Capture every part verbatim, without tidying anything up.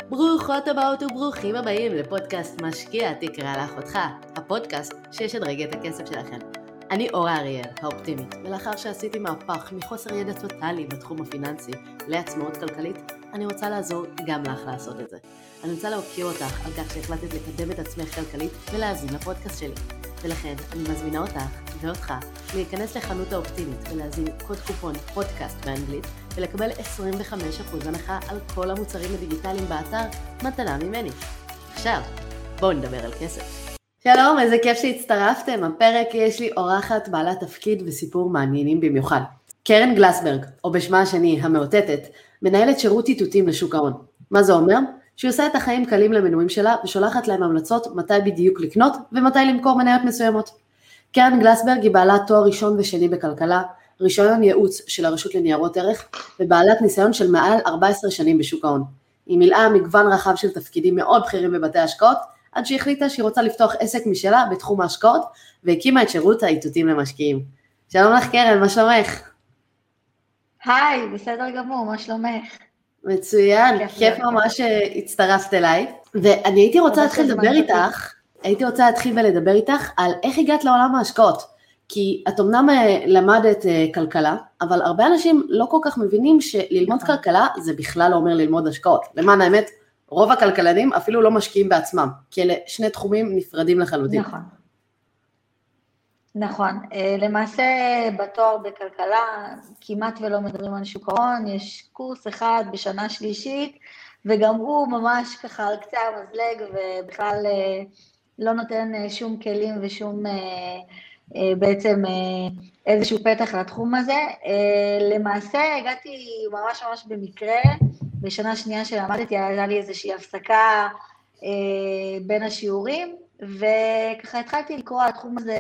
ברוכות הבאות וברוכים הבאים לפודקאסט משקיע תקרא לאחותך, הפודקאסט שישדרג את הכסף שלכם. אני אורה אריאל, האופטימית, ולאחר שעשיתי מהפך מחוסר ידע טוטלי בתחום הפיננסי לעצמאות כלכלית, אני רוצה לעזור גם לך לעשות את זה. אני רוצה להוקיר אותך על כך שהחלטת לקדם את עצמך כלכלית ולהאזין לפודקאסט שלי. ולכן אני מזמינה אותך ואותך להיכנס לחנות האופטימית ולהזין קוד קופון פודקאסט באנגלית ולקבל עשרים וחמישה אחוז הנחה על כל המוצרים הדיגיטליים באתר מתנה ממני. עכשיו, בואו נדבר על כסף. שלום, איזה כיף שהצטרפתם. הפרק יש לי אורחת בעלת תפקיד וסיפור מעניינים במיוחד. קרן גלסברג, או בשמה השני המאותתת, מנהלת שירות איתותים לשוק ההון. מה זה אומר? שהיא עושה את החיים קלים למנויים שלה ושולחת להם המלצות מתי בדיוק לקנות ומתי למכור מניות מסוימות. קרן גלסברג היא בעלת תואר ראשון ושני בכלכלה, רישיון ייעוץ של הרשות לניירות ערך ובעלת ניסיון של מעל ארבע עשרה שנים בשוק ההון. היא מילאה מגוון רחב של תפקידים מאוד בכירים בבתי השקעות, עד שהחליטה שהיא רוצה לפתוח עסק משלה בתחום ההשקעות והקימה את שירות האיתותים למשקיעים. שלום לך קרן, מה שלומך? היי, בסדר גמור, מה שלומך? מצוין, כיף ממש שהצטרפת אליי, ואני הייתי רוצה להתחיל לדבר איתך, הייתי רוצה להתחיל ולדבר איתך על איך הגעת לעולם ההשקעות, כי את אמנם למדת כלכלה, אבל הרבה אנשים לא כל כך מבינים שללמוד כלכלה זה בכלל לא אומר ללמוד השקעות, למען האמת, רוב הכלכלנים אפילו לא משקיעים בעצמם, כי אלה שני תחומים נפרדים לחלוטין. נכון. נכון, למעשה בתואר בכלכלה כמעט ולא מדברים על שוק ההון, יש קורס אחד בשנה שלישית, וגם הוא ממש ככה על קצה המזלג, ובכלל לא נותן שום כלים ושום בעצם איזשהו פתח לתחום הזה. למעשה הגעתי ממש ממש במקרה, בשנה שנייה שלמדתי, היה לי איזושהי הפסקה בין השיעורים, וככה התחלתי לקרוא על התחום הזה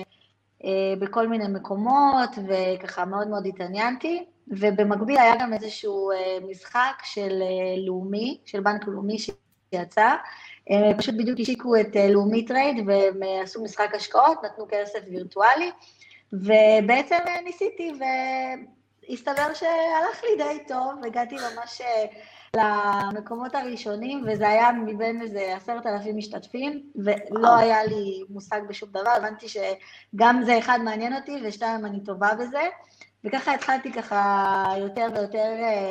בכל מיני מקומות, וככה מאוד מאוד התעניינתי, ובמקביל היה גם איזשהו משחק של לאומי, של בנק לאומי שיצא, פשוט בדיוק השיקו את לאומי טרייד, והם עשו משחק השקעות, נתנו כסף וירטואלי, ובעצם ניסיתי, והסתבר שהלך לי די טוב, הגעתי ממש למקומות הראשונים, וזה היה מבין איזה עשרת אלפים משתתפים, ולא היה לי מושג בשום דבר, הבנתי שגם זה אחד מעניין אותי, ושתיים אני טובה בזה, וככה התחלתי ככה יותר ויותר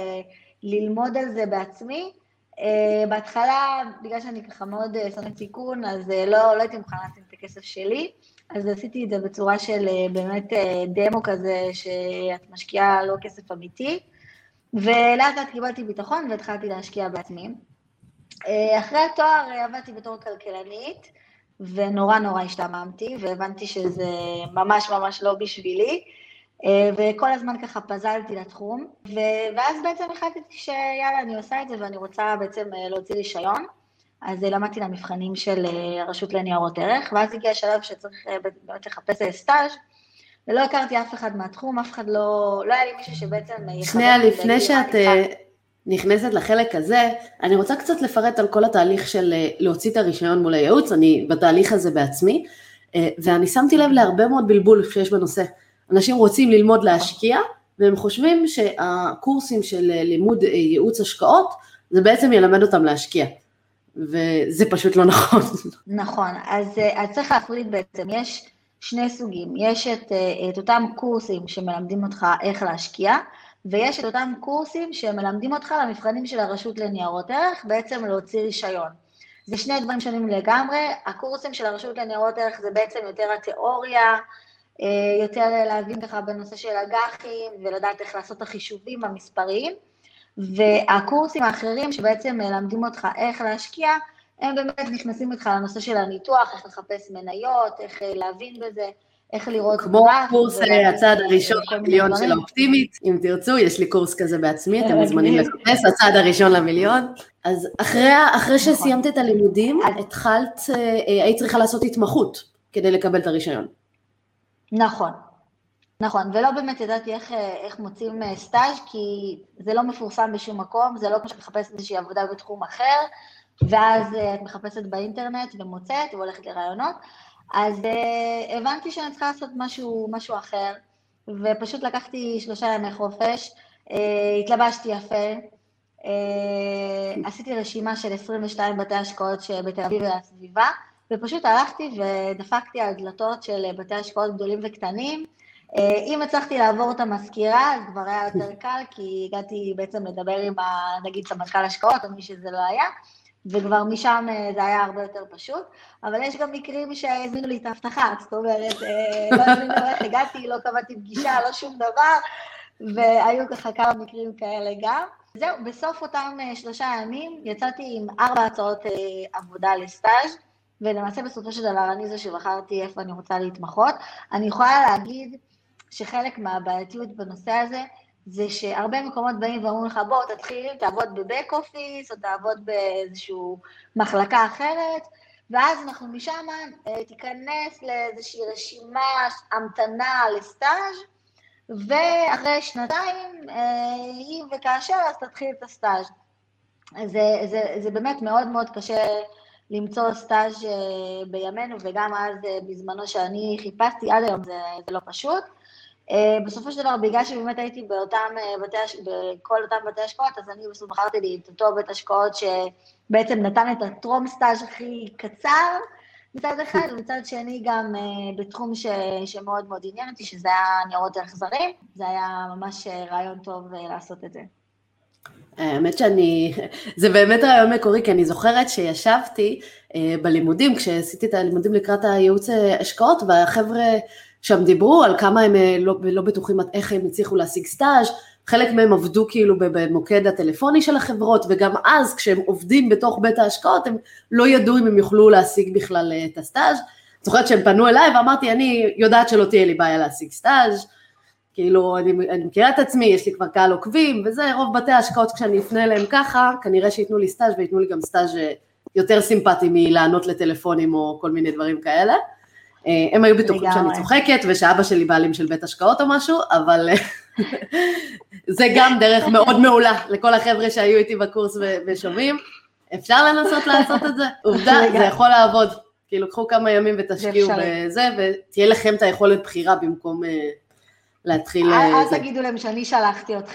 ללמוד על זה בעצמי. בהתחלה, בגלל שאני ככה מאוד שונאת סיכון, אז לא, לא הייתי מוכנה לשים את הכסף שלי, אז עשיתי את זה בצורה של באמת דמו כזה, שאת משקיעה לא כסף אמיתי, ולאט לאט קיבלתי ביטחון והתחלתי להשקיע בעצמי. אחרי התואר עבדתי בתור כלכלנית, ונורא נורא השתעממתי, והבנתי שזה ממש ממש לא בשבילי, וכל הזמן ככה פזלתי לתחום, ואז בעצם החלטתי שיאללה, אני עושה את זה, ואני רוצה בעצם להוציא רישיון, אז למדתי למבחנים של הרשות לניירות ערך, ואז הגיע השלב שצריך באמת לחפש סטאז', ולא הכרתי אף אחד מהתחום, אף אחד לא, לא היה לי מישהו שבעצם שנייה, לפני שאת נכנסת לחלק הזה, אני רוצה קצת לפרט על כל התהליך של להוציא את הרישיון מול הייעוץ, אני בתהליך הזה בעצמי, ואני שמתי לב להרבה מאוד בלבול שיש בנושא. אנשים רוצים ללמוד להשקיע, והם חושבים שהקורסים של לימוד ייעוץ השקעות, זה בעצם ילמד אותם להשקיע, וזה פשוט לא נכון. נכון, אז, אז צריך להפריד בעצם, יש שני סוגים, יש את, את אותם קורסים שמלמדים אותך איך להשקיע, ויש את אותם קורסים שמלמדים אותך למבחנים של הרשות לניירות ערך, בעצם להוציא רישיון. זה שני דברים שונים לגמרי, הקורסים של הרשות לניירות ערך זה בעצם יותר התיאוריה, יותר להבין ככה בנושא של אג"חים, ולדעת איך לעשות את החישובים המספריים, והקורסים האחרים שבעצם מלמדים אותך איך להשקיע, הם באמת נכנסים איתך לנושא של הניתוח, איך לחפש מניות, איך להבין בזה, איך לראות כמו קורס הצעד הראשון למיליון של האופטימית, אם תרצו, יש לי קורס כזה בעצמי, אתם מוזמנים לחפש, הצעד הראשון למיליון. אז אחרי שסיימת את הלימודים, התחלת, היית צריכה לעשות התמחות כדי לקבל את הרישיון. נכון, נכון, ולא באמת ידעתי איך, איך מוצאים סטאז', כי זה לא מפורסם בשום מקום, זה לא כמו שמחפשת איזושהי עבודה בתחום אחר, ואז את מחפשת באינטרנט ומוצאת והולכת לרעיונות, אז uh, הבנתי שאני צריכה לעשות משהו, משהו אחר, ופשוט לקחתי שלושה ימי חופש, uh, התלבשתי יפה, uh, עשיתי רשימה של עשרים ושתיים בתי השקעות שבתל אביב והסביבה, ופשוט הלכתי ודפקתי על דלתות של בתי השקעות גדולים וקטנים. אם הצלחתי לעבור את המזכירה, אז כבר היה יותר קל, כי הגעתי בעצם לדבר עם, נגיד, סמנכ"ל השקעות, או מי שזה לא היה, וכבר משם זה היה הרבה יותר פשוט, אבל יש גם מקרים שהזמינו לי את ההבטחה, זאת אומרת, לא הזמינו איך הגעתי, לא קבעתי פגישה, לא שום דבר, והיו ככה כמה מקרים כאלה גם. זהו, בסוף אותם שלושה ימים יצאתי עם ארבע הצעות עבודה לסטאז', ולמעשה בסופו של דבר אני זו שבחרתי איפה אני רוצה להתמחות. אני יכולה להגיד שחלק מהבעייתיות בנושא הזה, זה שהרבה מקומות באים ואומרים לך, בוא תתחיל, תעבוד בבק אופיס, או תעבוד באיזושהי מחלקה אחרת, ואז אנחנו משם תיכנס לאיזושהי רשימה המתנה לסטאז', ואחרי שנתיים, אם וכאשר, אז תתחיל את הסטאז'. זה, זה, זה באמת מאוד מאוד קשה למצוא סטאז' בימינו, וגם אז בזמנו שאני חיפשתי, עד היום זה, זה לא פשוט. בסופו של דבר, בגלל שבאמת הייתי באותם בתי, בכל אותם בתי השקעות, אז אני בסוף בחרתי לי את אותו בית השקעות שבעצם נתן את הטרום סטאז' הכי קצר, מצד אחד, ומצד שני גם בתחום ש, שמאוד מאוד עניין אותי, שזה היה ניירות ערך זרים, זה היה ממש רעיון טוב לעשות את זה. האמת שאני, זה באמת רעיון מקורי, כי אני זוכרת שישבתי בלימודים, כשעשיתי את הלימודים לקראת הייעוץ השקעות, והחבר'ה שם דיברו על כמה הם לא, לא בטוחים איך הם הצליחו להשיג סטאז', חלק מהם עבדו כאילו במוקד הטלפוני של החברות, וגם אז כשהם עובדים בתוך בית ההשקעות, הם לא ידעו אם הם יוכלו להשיג בכלל את הסטאז'. זוכרת שהם פנו אליי ואמרתי, אני יודעת שלא תהיה לי בעיה להשיג סטאז', כאילו אני, אני מכירה את עצמי, יש לי כבר קהל עוקבים, וזה רוב בתי ההשקעות כשאני אפנה אליהם ככה, כנראה שיתנו לי סטאז' ויתנו לי גם סטאז' יותר סימפטי מלענות לטלפונים או כל מיני דברים כאלה. הם היו בטוחים שאני צוחקת, ושאבא שלי בעלים של בית השקעות או משהו, אבל זה גם דרך מאוד מעולה לכל החבר'ה שהיו איתי בקורס ושומעים. אפשר לנסות לעשות את זה? עובדה, זה יכול לעבוד. כאילו, קחו כמה ימים ותשקיעו בזה, ותהיה לכם את היכולת בחירה במקום להתחיל... אל תגידו להם שאני שלחתי אתכם.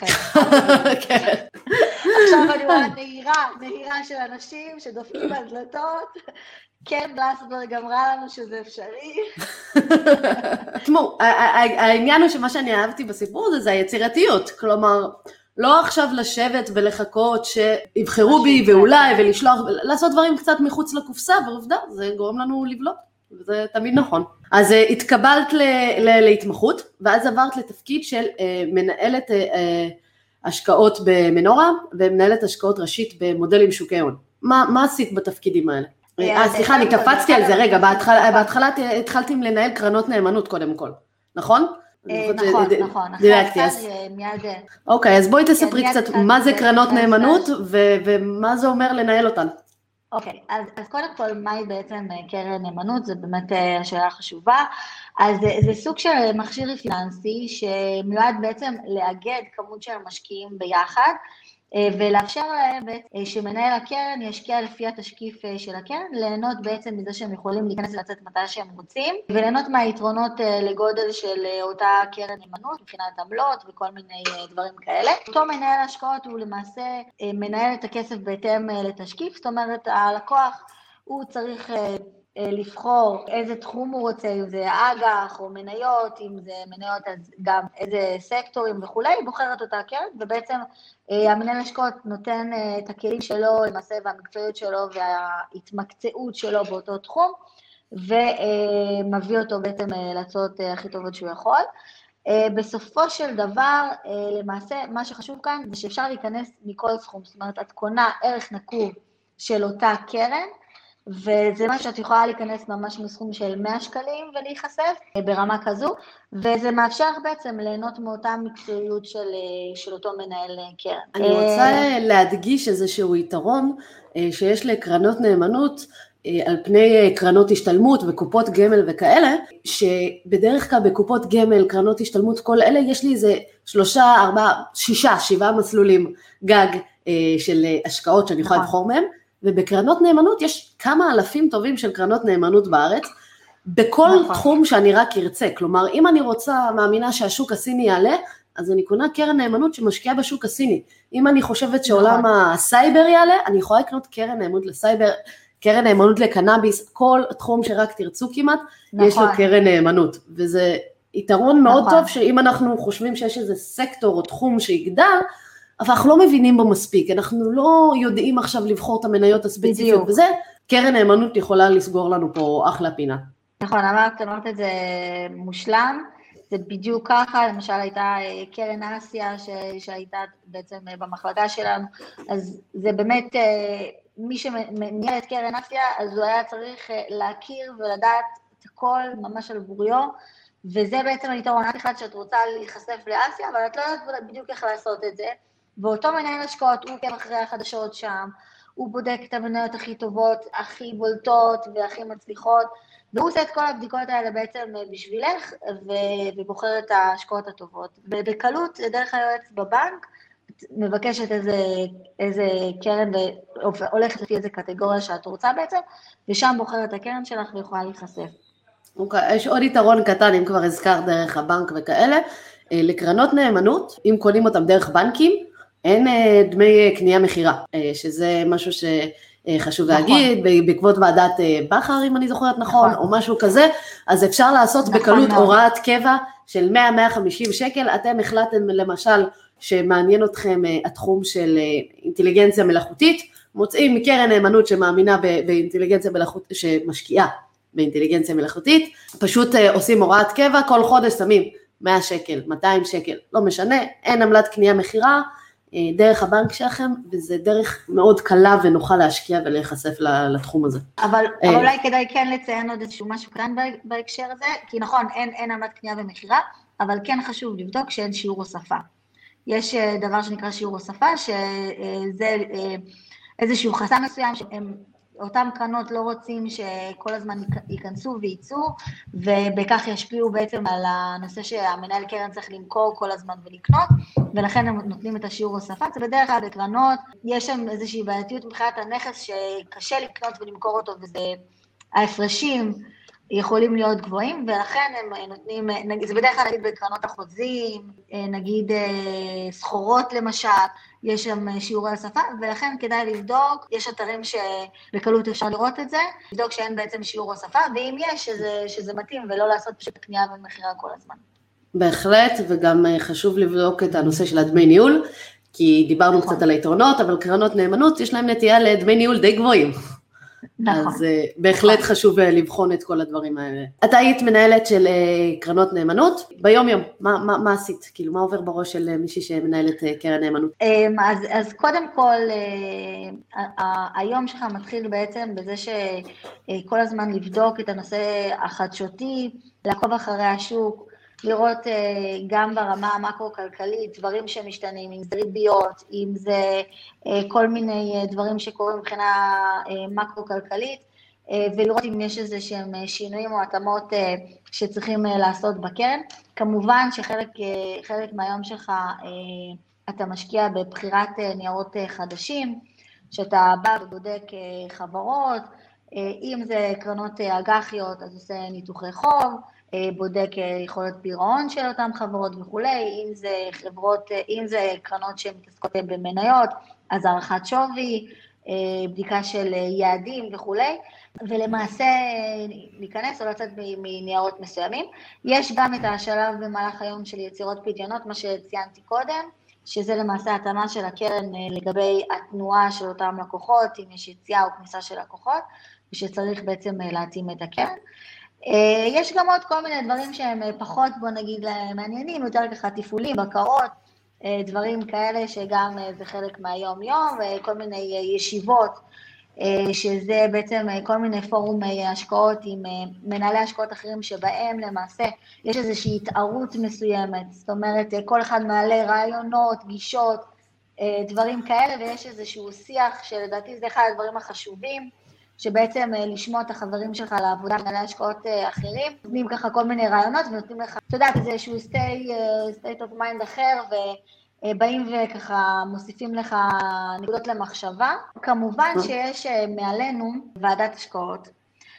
עכשיו אני רואה נהירה, נהירה של אנשים שדופקים על דלתות, כן, בלסברג אמרה לנו שזה אפשרי. תשמעו, העניין הוא שמה שאני אהבתי בסיפור הזה, זה היצירתיות, כלומר, לא עכשיו לשבת ולחכות שיבחרו בי ואולי ולשלוח, לעשות דברים קצת מחוץ לקופסה, ועובדה, זה גורם לנו לבלוט, וזה תמיד נכון. אז התקבלת להתמחות, ואז עברת לתפקיד של מנהלת השקעות במנורה, ומנהלת השקעות ראשית במודלים שוקי הון. מה עשית בתפקידים האלה? אה, סליחה, אני קפצתי על זה, רגע, בהתחלה התחלתי לנהל קרנות נאמנות קודם כל, נכון? נכון, נכון, אוקיי, אז בואי תספרי קצת מה זה קרנות נאמנות ומה זה אומר לנהל אותן. אוקיי, אז קודם כל, מהי בעצם קרן נאמנות, זה באמת השאלה חשובה, אז זה סוג של מכשיר פיננסי שמיועד בעצם לאגד כמות של משקיעים ביחד, ולאפשר להם שמנהל הקרן ישקיע לפי התשקיף של הקרן, ליהנות בעצם מזה שהם יכולים להיכנס ולצאת מתי שהם רוצים, וליהנות מהיתרונות לגודל של אותה קרן נאמנות, מבחינת עמלות וכל מיני דברים כאלה. אותו מנהל השקעות הוא למעשה מנהל את הכסף בהתאם לתשקיף, זאת אומרת הלקוח הוא צריך לבחור איזה תחום הוא רוצה, אם זה אג"ח או מניות, אם זה מניות אז גם איזה סקטורים וכולי, בוחר את אותה קרן, ובעצם המנהל השקעות נותן את הכלים שלו למעשה והמקצועיות שלו וההתמקצעות שלו באותו תחום, ומביא אותו בעצם להצעות הכי טובות שהוא יכול. בסופו של דבר, למעשה מה שחשוב כאן זה שאפשר להיכנס מכל סכום, זאת אומרת את קונה ערך נקוב של אותה קרן, וזה מה שאת יכולה להיכנס ממש מסכום של מאה שקלים ולהיחשף ברמה כזו, וזה מאפשר בעצם ליהנות מאותה מקצועיות של, של אותו מנהל קרן. אני רוצה להדגיש איזשהו יתרון שיש לקרנות נאמנות על פני קרנות השתלמות וקופות גמל וכאלה, שבדרך כלל בקופות גמל, קרנות השתלמות, כל אלה יש לי איזה שלושה, ארבעה, שישה, שבעה מסלולים גג של השקעות שאני יכולה לבחור מהם, ובקרנות נאמנות יש כמה אלפים טובים של קרנות נאמנות בארץ, בכל נכון. תחום שאני רק ארצה, כלומר אם אני רוצה, מאמינה שהשוק הסיני יעלה, אז אני קונה קרן נאמנות שמשקיעה בשוק הסיני. אם אני חושבת שעולם הסייבר יעלה, אני יכולה לקנות קרן נאמנות לסייבר, קרן נאמנות לקנאביס, כל תחום שרק תרצו כמעט, נכון. יש לו קרן נאמנות, וזה יתרון מאוד נכון. טוב, שאם אנחנו חושבים שיש איזה סקטור או תחום שיגדל, אבל אנחנו לא מבינים בו מספיק, אנחנו לא יודעים עכשיו לבחור את המניות הספציפיות, וזה קרן נאמנות יכולה לסגור לנו פה אחלה פינה. נכון, אמרת, אמרת את זה מושלם, זה בדיוק ככה, למשל הייתה קרן אסיה שהייתה בעצם במחלקה שלנו, אז זה באמת, מי שמניע את קרן אסיה, אז הוא היה צריך להכיר ולדעת את הכל ממש על בוריו, וזה בעצם היתרון, את אחד שאת רוצה להיחשף לאסיה, אבל את לא יודעת בדיוק איך לעשות את זה, ואותו מנהל השקעות, הוא עוקב אחרי החדשות שם, הוא בודק את המניות הכי טובות, הכי בולטות והכי מצליחות, והוא עושה את כל הבדיקות האלה בעצם בשבילך, ובוחר את ההשקעות הטובות. ובקלות, דרך היועץ בבנק, מבקשת איזה, איזה קרן, והולכת לפי איזה קטגוריה שאת רוצה בעצם, ושם בוחרת הקרן שלך ויכולה להיחשף. אוקיי, יש עוד יתרון קטן, אם כבר הזכר דרך הבנק וכאלה, לקרנות נאמנות, אם קונים אותם דרך בנקים, אין דמי קנייה מחירה, שזה משהו שחשוב נכון. להגיד, בעקבות ועדת בחר, אם אני זוכרת נכון, נכון. או משהו כזה, אז אפשר לעשות נכון בקלות נכון. הוראת קבע של מאה עד מאה וחמישים שקל, אתם החלטתם למשל שמעניין אתכם התחום של אינטליגנציה מלאכותית, מוצאים מקרן נאמנות שמאמינה באינטליגנציה מלאכותית, שמשקיעה באינטליגנציה מלאכותית, פשוט עושים הוראת קבע, כל חודש שמים מאה שקל, מאתיים שקל, לא משנה, אין עמלת קנייה מחירה, דרך הבנק שלכם, וזה דרך מאוד קלה ונוחה להשקיע ולהיחשף לתחום הזה. אבל, אבל אולי כדאי כן לציין עוד איזשהו משהו כאן בהקשר הזה, כי נכון, אין, אין עמלת קנייה ומחירה, אבל כן חשוב לבדוק שאין שיעור הוספה. יש דבר שנקרא שיעור הוספה, שזה איזשהו חסם מסוים, שהם אותם קרנות לא רוצים שכל הזמן ייכנסו וייצאו, ובכך ישפיעו בעצם על הנושא שהמנהל קרן צריך למכור כל הזמן ולקנות, ולכן הם נותנים את השיעור הוספה. זה בדרך כלל בקרנות, יש שם איזושהי בעייתיות מבחינת הנכס שקשה לקנות ולמכור אותו, וזה ההפרשים יכולים להיות גבוהים, ולכן הם נותנים, זה בדרך כלל נגיד בקרנות החוזים, נגיד סחורות למשל, יש שם שיעורי הוספה, ולכן כדאי לבדוק, יש אתרים שבקלות אפשר לראות את זה, לבדוק שאין בעצם שיעור הוספה, ואם יש, שזה, שזה מתאים, ולא לעשות פשוט קנייה ומחירה כל הזמן. בהחלט, וגם חשוב לבדוק את הנושא של הדמי ניהול, כי דיברנו נכון. קצת על היתרונות, אבל קרנות נאמנות יש להם נטייה לדמי ניהול די גבוהים. נכון. אז בהחלט חשוב לבחון את כל הדברים האלה. אתה היית מנהלת של קרנות נאמנות, ביום יום, מה, מה, מה עשית? כאילו, מה עובר בראש של מישהי שמנהלת קרן נאמנות? אז, אז קודם כל, היום שלך מתחיל בעצם בזה שכל הזמן לבדוק את הנושא החדשותי, לעקוב אחרי השוק, לראות גם ברמה המקרו-כלכלית, דברים שמשתנים, אם זה ריביות, אם זה כל מיני דברים שקורים מבחינה מקרו-כלכלית, ולראות אם יש איזה שהם שינויים או התאמות שצריכים לעשות בקרן. כמובן שחלק חלק מהיום שלך אתה משקיע בבחירת ניירות חדשים, שאתה בא ובודק חברות, אם זה קרנות אג"חיות, אז עושה ניתוחי חוב, בודק יכולת פירעון של אותם חברות וכולי, אם זה חברות, אם זה קרנות שמתעסקות במניות, אז הערכת שווי, בדיקה של יעדים וכולי, ולמעשה להיכנס או לצאת מניירות מסוימים. יש גם את השלב במהלך היום של יצירות פדיונות, מה שציינתי קודם, שזה למעשה התאמה של הקרן לגבי התנועה של אותם לקוחות, אם יש יציאה או כניסה של לקוחות, ושצריך בעצם להתאים את הקרן. יש גם עוד כל מיני דברים שהם פחות, בוא נגיד, מעניינים, יותר ככה תפעולים, בקרות, דברים כאלה שגם זה חלק מהיום-יום, וכל מיני ישיבות, שזה בעצם כל מיני פורומי השקעות עם מנהלי השקעות אחרים, שבהם למעשה יש איזושהי התערות מסוימת, זאת אומרת, כל אחד מעלה רעיונות, גישות, דברים כאלה, ויש איזשהו שיח שלדעתי זה אחד הדברים החשובים, שבעצם לשמוע את החברים שלך לעבודה מנהלי השקעות אחרים, נותנים ככה כל מיני רעיונות ונותנים לך, אתה יודע, איזשהו state, state of mind אחר, ובאים וככה מוסיפים לך נקודות למחשבה. כמובן שיש מעלינו ועדת השקעות,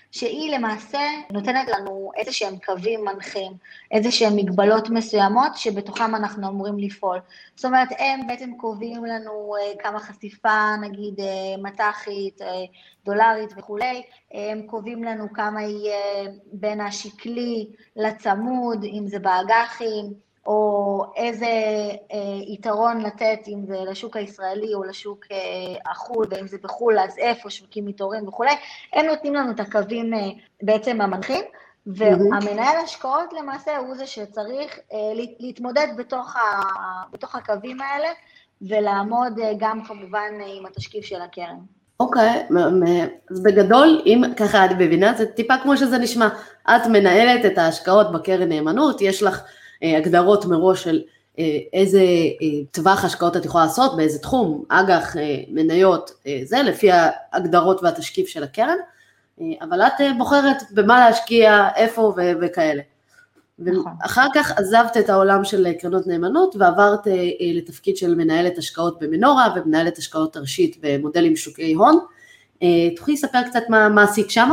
שהיא למעשה נותנת לנו איזה שהם קווים מנחים, איזה שהם מגבלות מסוימות שבתוכם אנחנו אמורים לפעול. זאת אומרת, הם בעצם קובעים לנו כמה חשיפה, נגיד מתחית, דולרית וכולי, הם קובעים לנו כמה יהיה בין השקלי לצמוד, אם זה באג"חים, או איזה אה, יתרון לתת, אם זה לשוק הישראלי או לשוק אה, החו"ל, ואם זה בחו"ל, אז איפה שווקים מתעוררים וכולי, הם נותנים לנו את הקווים אה, בעצם המנחים, והמנהל השקעות למעשה הוא זה שצריך אה, להתמודד בתוך, ה, בתוך הקווים האלה, ולעמוד אה, גם כמובן אה, עם התשקיף של הקרן. אוקיי, אז בגדול, אם ככה את מבינה, זה טיפה כמו שזה נשמע, את מנהלת את ההשקעות בקרן נאמנות, יש לך הגדרות מראש של איזה טווח השקעות את יכולה לעשות, באיזה תחום, אג"ח, מניות, זה לפי ההגדרות והתשקיף של הקרן, אבל את בוחרת במה להשקיע, איפה וכאלה. נכון. ואחר כך עזבת את העולם של קרנות נאמנות, ועברת לתפקיד של מנהלת השקעות במנורה, ומנהלת השקעות ראשית במודלים שוקי הון. תוכלי לספר קצת מה, מה עשית שמה?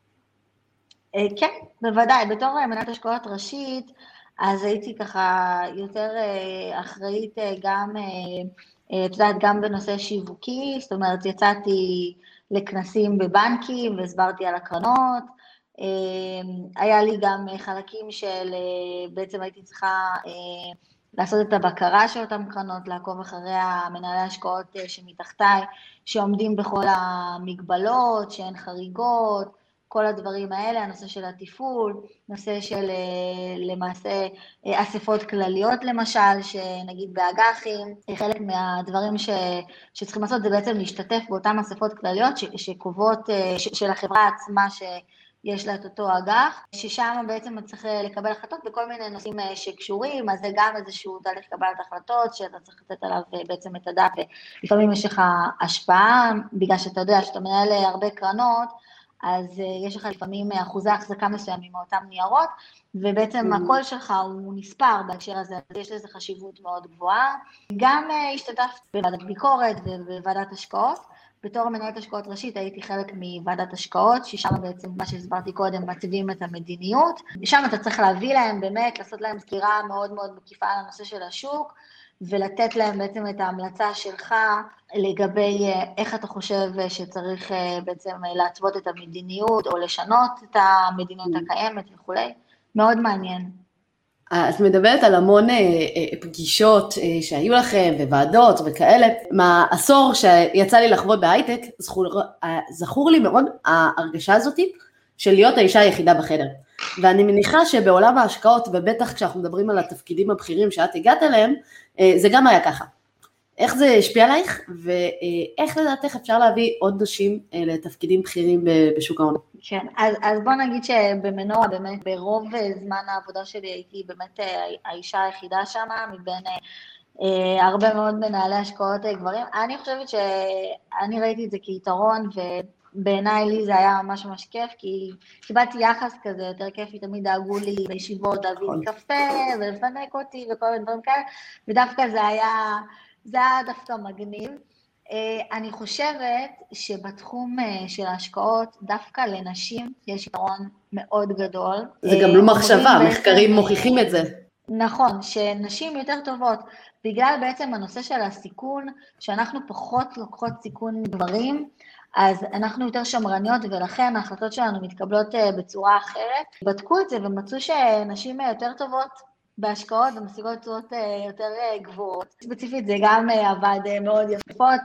כן, בוודאי, בתור מנהלת השקעות ראשית, אז הייתי ככה יותר אחראית גם, את יודעת, גם בנושא שיווקי, זאת אומרת, יצאתי לכנסים בבנקים והסברתי על הקרנות, היה לי גם חלקים של, בעצם הייתי צריכה לעשות את הבקרה של אותם קרנות, לעקוב אחרי המנהלי השקעות שמתחתיי, שעומדים בכל המגבלות, שאין חריגות, כל הדברים האלה, הנושא של התפעול, נושא של למעשה אספות כלליות למשל, שנגיד באג"חים, חלק מהדברים ש, שצריכים לעשות זה בעצם להשתתף באותן אספות כלליות ש, שקובעות, ש, של החברה עצמה שיש לה את אותו אג"ח, ששם בעצם צריך לקבל החלטות בכל מיני נושאים שקשורים, אז זה גם איזשהו תהליך קבלת החלטות, שאתה צריך לתת עליו בעצם את הדף, ולפעמים יש לך השפעה, בגלל שאתה יודע שאתה מנהל הרבה קרנות, אז יש לך לפעמים אחוזי החזקה מסוימים מאותם ניירות, ובעצם הקול שלך הוא נספר בהקשר הזה, אז יש לזה חשיבות מאוד גבוהה. גם השתתפת בוועדת ביקורת ובוועדת השקעות, בתור מנהלת השקעות ראשית הייתי חלק מוועדת השקעות, ששם בעצם מה שהסברתי קודם, מצביעים את המדיניות, ושם אתה צריך להביא להם באמת, לעשות להם סקירה מאוד מאוד מקיפה על הנושא של השוק, ולתת להם בעצם את ההמלצה שלך לגבי איך אתה חושב שצריך בעצם להתוות את המדיניות, או לשנות את המדיניות הקיימת וכולי. מאוד מעניין. את מדברת על המון פגישות שהיו לכם, וועדות וכאלה. מהעשור שיצא לי לחוות בהייטק, זכור, זכור לי מאוד ההרגשה הזאת של להיות האישה היחידה בחדר. ואני מניחה שבעולם ההשקעות, ובטח כשאנחנו מדברים על התפקידים הבכירים שאת הגעת אליהם, זה גם היה ככה. איך זה השפיע עלייך, ואיך לדעתך אפשר להביא עוד נשים לתפקידים בכירים בשוק ההון? כן, אז, אז בוא נגיד שבמנורה, באמת, ברוב זמן העבודה שלי הייתי באמת האישה היחידה שם, מבין אה, הרבה מאוד מנהלי השקעות גברים. אני חושבת שאני ראיתי את זה כיתרון, ובעיניי לי זה היה ממש ממש כיף, כי קיבלתי יחס כזה יותר כיפי, תמיד דאגו לי בישיבות להביא לי קפה, ולפנק אותי וכל מיני דברים כאלה, ודווקא זה היה... זה היה דווקא מגניב. אני חושבת שבתחום של ההשקעות, דווקא לנשים יש יתרון מאוד גדול. זה גם לא מחשבה, מחקרים מוכיחים את זה. נכון, שנשים יותר טובות, בגלל בעצם הנושא של הסיכון, שאנחנו פחות לוקחות סיכון מגברים, אז אנחנו יותר שמרניות, ולכן ההחלטות שלנו מתקבלות בצורה אחרת. בדקו את זה ומצאו שנשים יותר טובות, בהשקעות ומשיגות תשואות יותר גבוהות. ספציפית זה גם עבד מאוד יפות,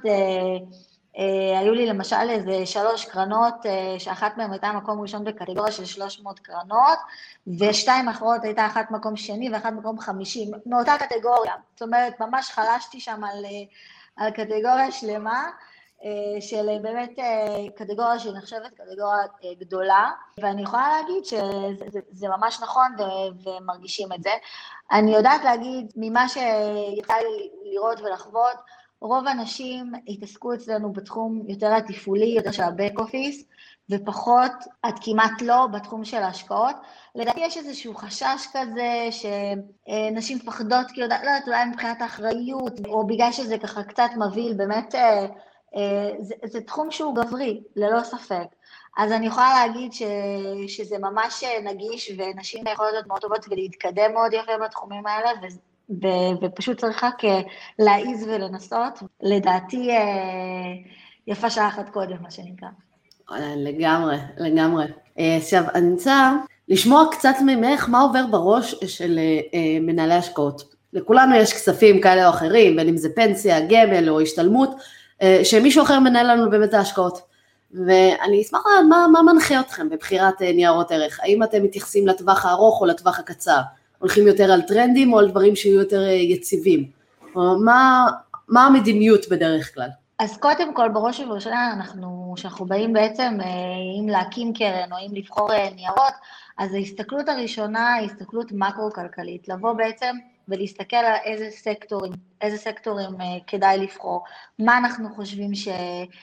היו לי למשל איזה שלוש קרנות, שאחת מהן הייתה מקום ראשון בקטגוריה של שלוש מאות קרנות, ושתיים אחרות הייתה אחת מקום שני ואחת מקום חמישי, מאותה קטגוריה. זאת אומרת, ממש חלשתי שם על, על קטגוריה שלמה, של באמת קטגוריה שנחשבת קטגוריה גדולה, ואני יכולה להגיד שזה זה ממש נכון ומרגישים את זה. אני יודעת להגיד, ממה שיצא לי לראות ולחוות, רוב האנשים התעסקו אצלנו בתחום יותר התפעולי, יותר של הבק אופיס, ופחות, עד כמעט לא, בתחום של ההשקעות. לדעתי יש איזשהו חשש כזה, שנשים פחדות, כי יודעת, לא יודעת, אולי מבחינת האחריות, או בגלל שזה ככה קצת מביא באמת, זה, זה תחום שהוא גברי, ללא ספק. אז אני יכולה להגיד ש, שזה ממש נגיש, ונשים יכולות להיות מאוד טובות ולהתקדם מאוד יפה בתחומים האלה, ו, ו, ופשוט צריך רק להעיז ולנסות. לדעתי, יפה שעה אחת קודם, מה שנקרא. לגמרי, לגמרי. עכשיו, אני רוצה לשמוע קצת ממך מה עובר בראש של מנהלי השקעות. לכולנו יש כספים כאלה או אחרים, בין אם זה פנסיה, גמל או השתלמות, שמישהו אחר מנהל לנו באמת ההשקעות. ואני אשמח לדעת מה, מה מנחה אתכם בבחירת ניירות ערך. האם אתם מתייחסים לטווח הארוך או לטווח הקצר? הולכים יותר על טרנדים או על דברים שיהיו יותר יציבים? מה, מה המדיניות בדרך כלל? אז קודם כל, בראש ובראשונה, אנחנו, שאנחנו באים בעצם, אם להקים קרן או אם לבחור ניירות, אז ההסתכלות הראשונה היא הסתכלות מקרו-כלכלית, לבוא בעצם ולהסתכל על איזה סקטורים, איזה סקטורים כדאי לבחור, מה אנחנו חושבים ש,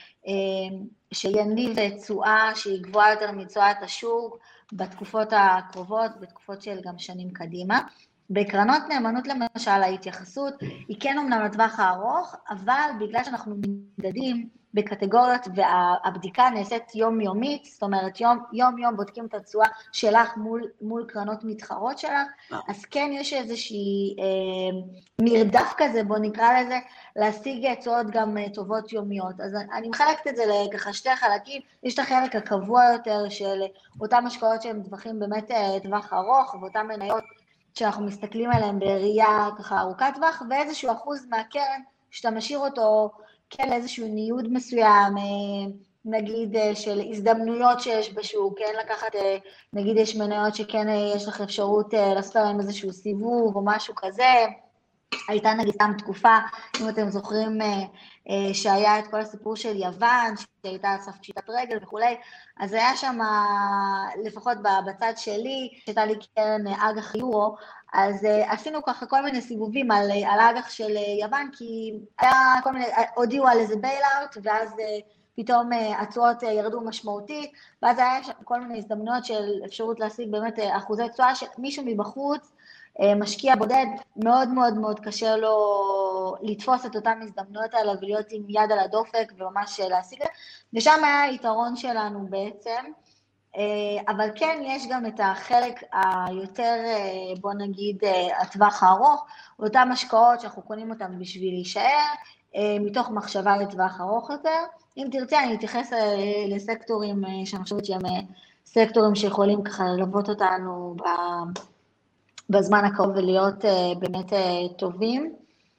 שיניב תשואה שהיא גבוהה יותר מתשואת השוק בתקופות הקרובות, בתקופות של גם שנים קדימה. בקרנות נאמנות למשל ההתייחסות היא כן אומנם לטווח הארוך, אבל בגלל שאנחנו נמדדים בקטגוריות והבדיקה נעשית יומיומית, זאת אומרת יום יום, יום בודקים את התשואה שלך מול, מול קרנות מתחרות שלך, אז כן יש איזושהי אה, מרדף כזה, בוא נקרא לזה, להשיג תשואות גם טובות יומיות. אז אני מחלקת את זה לככה שתי חלקים, יש את החלק הקבוע יותר של אותם השקעות שהם טווחים באמת טווח ארוך, ואותם מניות שאנחנו מסתכלים עליהם בראייה ככה ארוכת טווח, ואיזשהו אחוז מהקרן שאתה משאיר אותו כן לאיזשהו ניוד מסוים, נגיד של הזדמנויות שיש בשוק, כן לקחת, נגיד יש מניות שכן יש לך אפשרות לעשות להם איזשהו סיבוב או משהו כזה, הייתה נגיד סתם תקופה, אם אתם זוכרים שהיה את כל הסיפור של יוון, שהייתה על סף פשיטת רגל וכולי, אז היה שם, לפחות בצד שלי, שהייתה לי קרן אג"ח יורו, אז עשינו ככה כל מיני סיבובים על, על אג"ח של יוון, כי היה כל מיני, הודיעו על איזה בייל-אוט, ואז פתאום התשואות ירדו משמעותית, ואז היה כל מיני הזדמנויות של אפשרות להשיג באמת אחוזי תשואה, שמישהו מבחוץ, משקיע בודד, מאוד מאוד מאוד קשה לו לתפוס את אותם הזדמנויות האלה ולהיות עם יד על הדופק וממש להשיג. ושם היה היתרון שלנו בעצם, אבל כן יש גם את החלק היותר, בוא נגיד, הטווח הארוך, אותם השקעות שאנחנו קונים אותם בשביל להישאר, מתוך מחשבה לטווח ארוך יותר. אם תרצה אני אתייחס לסקטורים שאני חושבת שהם סקטורים שיכולים ככה ללוות אותנו ב... בזמן הקרוב ולהיות באמת טובים,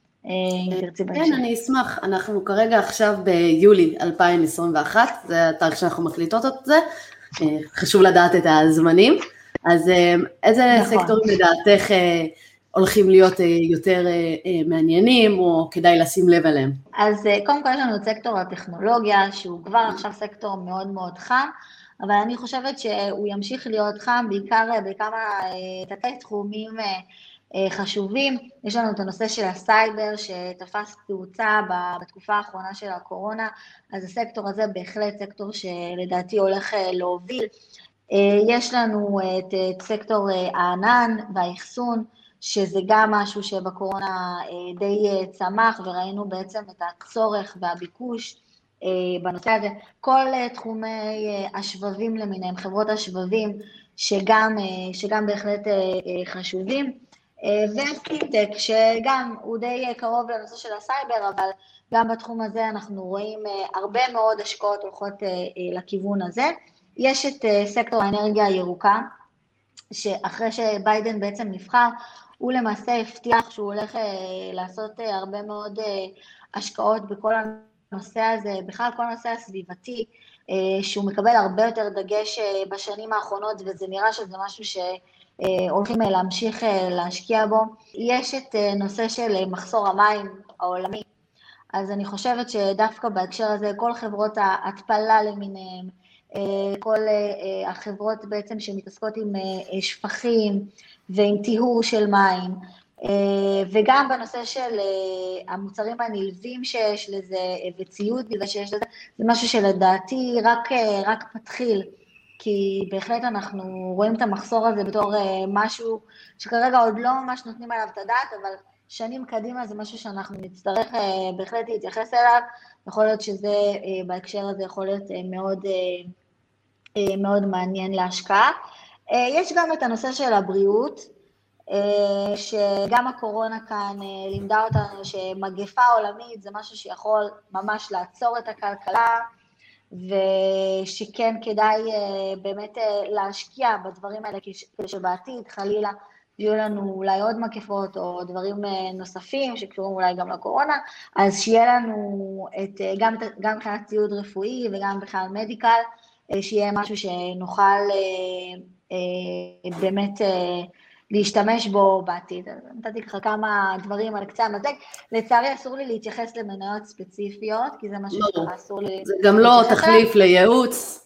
אם תרצי בהמשך. כן, אני אשמח. אנחנו כרגע עכשיו ביולי אלפיים עשרים ואחת, זה התאריך שאנחנו מקליטות את זה, חשוב לדעת את הזמנים, אז איזה סקטורים לדעתך הולכים להיות יותר מעניינים, או כדאי לשים לב עליהם? אז קודם כל יש לנו את סקטור הטכנולוגיה, שהוא כבר עכשיו סקטור מאוד מאוד חם, אבל אני חושבת שהוא ימשיך להיות חם, בעיקר בכמה תתי תחומים חשובים. יש לנו את הנושא של הסייבר, שתפס תאוצה בתקופה האחרונה של הקורונה, אז הסקטור הזה בהחלט סקטור שלדעתי הולך להוביל. יש לנו את, את סקטור הענן והאחסון, שזה גם משהו שבקורונה די צמח, וראינו בעצם את הצורך והביקוש, בנושא הזה, כל תחומי השבבים למיניהם, חברות השבבים, שגם, שגם בהחלט חשובים, ופינטק, שגם הוא די קרוב לנושא של הסייבר, אבל גם בתחום הזה אנחנו רואים הרבה מאוד השקעות הולכות לכיוון הזה. יש את סקטור האנרגיה הירוקה, שאחרי שביידן בעצם נבחר, הוא למעשה הבטיח שהוא הולך לעשות הרבה מאוד השקעות בכל הנושא, הנושא הזה, בכלל כל הנושא הסביבתי, שהוא מקבל הרבה יותר דגש בשנים האחרונות, וזה נראה שזה משהו שהולכים להמשיך להשקיע בו. יש את נושא של מחסור המים העולמי, אז אני חושבת שדווקא בהקשר הזה, כל חברות ההתפלה למיניהם, כל החברות בעצם שמתעסקות עם שפכים ועם טיהור של מים, וגם בנושא של המוצרים הנלווים שיש לזה, וציוד נלווה שיש לזה, זה משהו שלדעתי רק, רק מתחיל, כי בהחלט אנחנו רואים את המחסור הזה בתור משהו שכרגע עוד לא ממש נותנים עליו את הדעת, אבל שנים קדימה זה משהו שאנחנו נצטרך בהחלט להתייחס אליו, יכול להיות שזה בהקשר הזה יכול להיות מאוד, מאוד מעניין להשקעה. יש גם את הנושא של הבריאות, שגם הקורונה כאן לימדה אותנו שמגפה עולמית זה משהו שיכול ממש לעצור את הכלכלה, ושכן כדאי באמת להשקיע בדברים האלה, כדי שבעתיד חלילה יהיו לנו אולי עוד מגפות או דברים נוספים שקשורים אולי גם לקורונה, אז שיהיה לנו את, גם, גם מבחינת ציוד רפואי וגם בכלל מדיקל, שיהיה משהו שנוכל באמת להשתמש בו בעתיד. נתתי ככה כמה דברים על קצה המזלג. לצערי אסור לי להתייחס למניות ספציפיות, כי זה משהו שככה אסור לי... זה גם לא תחליף לייעוץ.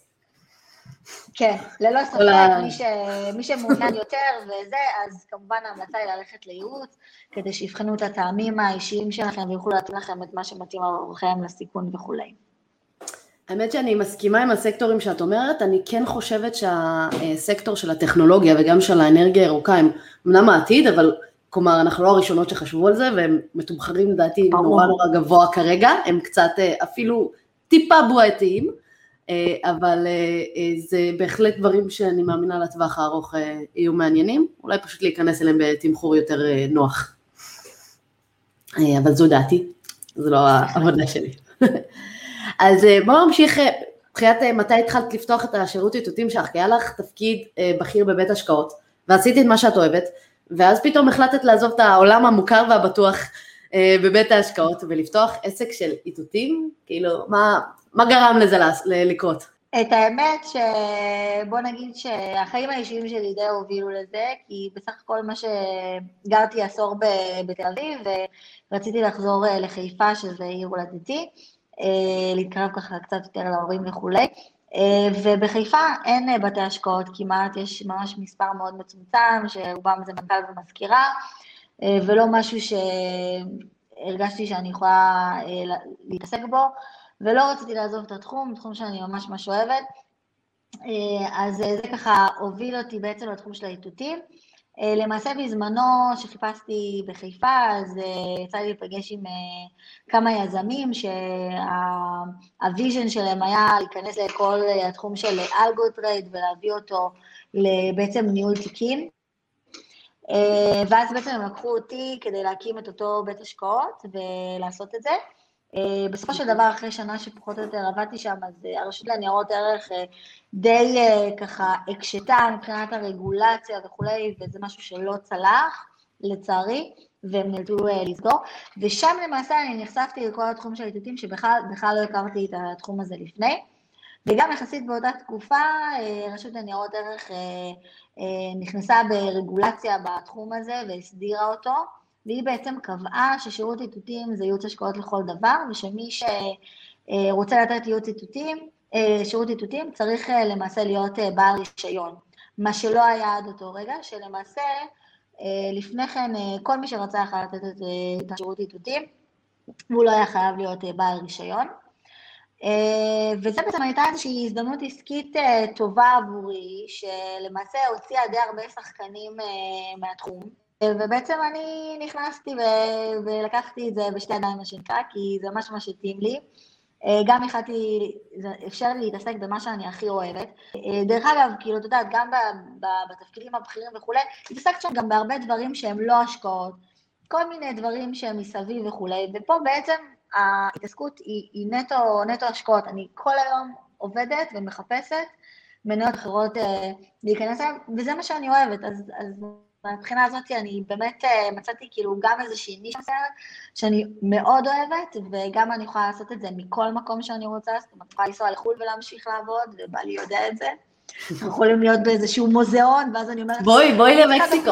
כן, ללא ספק, מי, ש... מי שמעוניין יותר וזה, אז כמובן ההמלצה היא ללכת לייעוץ, כדי שיבחנו את הטעמים האישיים שלכם, ויוכלו להתאים לכם את מה שמתאים עבורכם לסיכון וכולי. האמת שאני מסכימה עם הסקטורים שאת אומרת, אני כן חושבת שהסקטור של הטכנולוגיה וגם של האנרגיה הירוקה הם אמנם העתיד, אבל כלומר אנחנו לא הראשונות שחשבו על זה, והם מתומחרים לדעתי נורא נורא גבוה כרגע, הם קצת אפילו טיפה בועתיים, אבל זה בהחלט דברים שאני מאמינה לטווח הארוך יהיו מעניינים, אולי פשוט להיכנס אליהם בתמחור יותר נוח. אבל זו דעתי, זו לא העבודה שלי. אז בואו נמשיך, מבחינת מתי התחלת לפתוח את השירות איתותים שלך, כי היה לך תפקיד בכיר בבית השקעות, ועשית את מה שאת אוהבת, ואז פתאום החלטת לעזוב את העולם המוכר והבטוח בבית ההשקעות, ולפתוח עסק של איתותים, כאילו, מה, מה גרם לזה לקרות? את האמת שבוא נגיד שהחיים האישיים שלי די הובילו לזה, כי בסך הכל מה שגרתי עשור בתל אביב, ורציתי לחזור לחיפה, שזה עיר הולדתי, להתקרב ככה קצת יותר להורים וכולי, ובחיפה אין בתי השקעות כמעט, יש ממש מספר מאוד מצומצם, שרובם זה מנכ"ל ומזכירה, ולא משהו שהרגשתי שאני יכולה להתעסק בו, ולא רציתי לעזוב את התחום, תחום שאני ממש ממש אוהבת, אז זה ככה הוביל אותי בעצם לתחום של האיתותים. למעשה בזמנו שחיפשתי בחיפה, אז יצא לי להיפגש עם כמה יזמים שהוויז'ן שלהם היה להיכנס לכל התחום של אלגו-טרייד ולהביא אותו בעצם ניהול תיקים. ואז בעצם הם לקחו אותי כדי להקים את אותו בית השקעות ולעשות את זה. בסופו של דבר, אחרי שנה שפחות או יותר עבדתי שם, אז הרשות לניירות ערך די ככה הקשתה מבחינת הרגולציה וכולי, וזה משהו שלא צלח, לצערי, והם נאלצו לסגור. ושם למעשה אני נחשפתי לכל התחום של איתותים, שבכלל לא הכרתי את התחום הזה לפני. וגם יחסית באותה תקופה, רשות לניירות ערך נכנסה ברגולציה בתחום הזה והסדירה אותו, והיא בעצם קבעה ששירות איתותים זה ייעוץ השקעות לכל דבר, ושמי שרוצה לתת ייעוץ איתותים, שירות איתותים צריך למעשה להיות בעל רישיון. מה שלא היה עד אותו רגע, שלמעשה לפני כן כל מי שרצה יכול לתת את השירות איתותים, והוא לא היה חייב להיות בעל רישיון. וזה בעצם הייתה איזושהי הזדמנות עסקית טובה עבורי, שלמעשה הוציאה די הרבה שחקנים מהתחום, ובעצם אני נכנסתי ו- ולקחתי את זה בשתי ידיים מה שנקרא, כי זה ממש ממש התאים לי. גם החלטתי, זה אפשר לי להתעסק במה שאני הכי אוהבת. דרך אגב, כאילו, אתה יודעת, גם ב- ב- בתפקידים הבכירים וכולי, התעסקת שם גם בהרבה דברים שהם לא השקעות, כל מיני דברים שהם מסביב וכולי, ופה בעצם ההתעסקות היא, היא נטו, נטו השקעות. אני כל היום עובדת ומחפשת מניות אחרות להיכנס להם, וזה מה שאני אוהבת, אז... אז מבחינה הזאת אני באמת מצאתי כאילו גם איזושהי נישה שאני מאוד אוהבת, וגם אני יכולה לעשות את זה מכל מקום שאני רוצה, זאת אומרת, יכולה לנסוע לחו"ל ולהמשיך לעבוד, ובא לי יודע את זה. אנחנו יכולים להיות באיזשהו מוזיאון, ואז אני אומרת... בואי, בואי למקסיקו.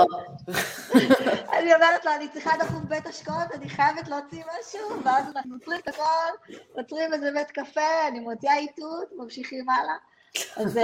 אני אומרת לה, אני צריכה דחוף בית השקעות, אני חייבת להוציא משהו, ואז אנחנו עוצרים את הכל, עוצרים איזה בית קפה, אני מוציאה איתות, ממשיכים הלאה. אז...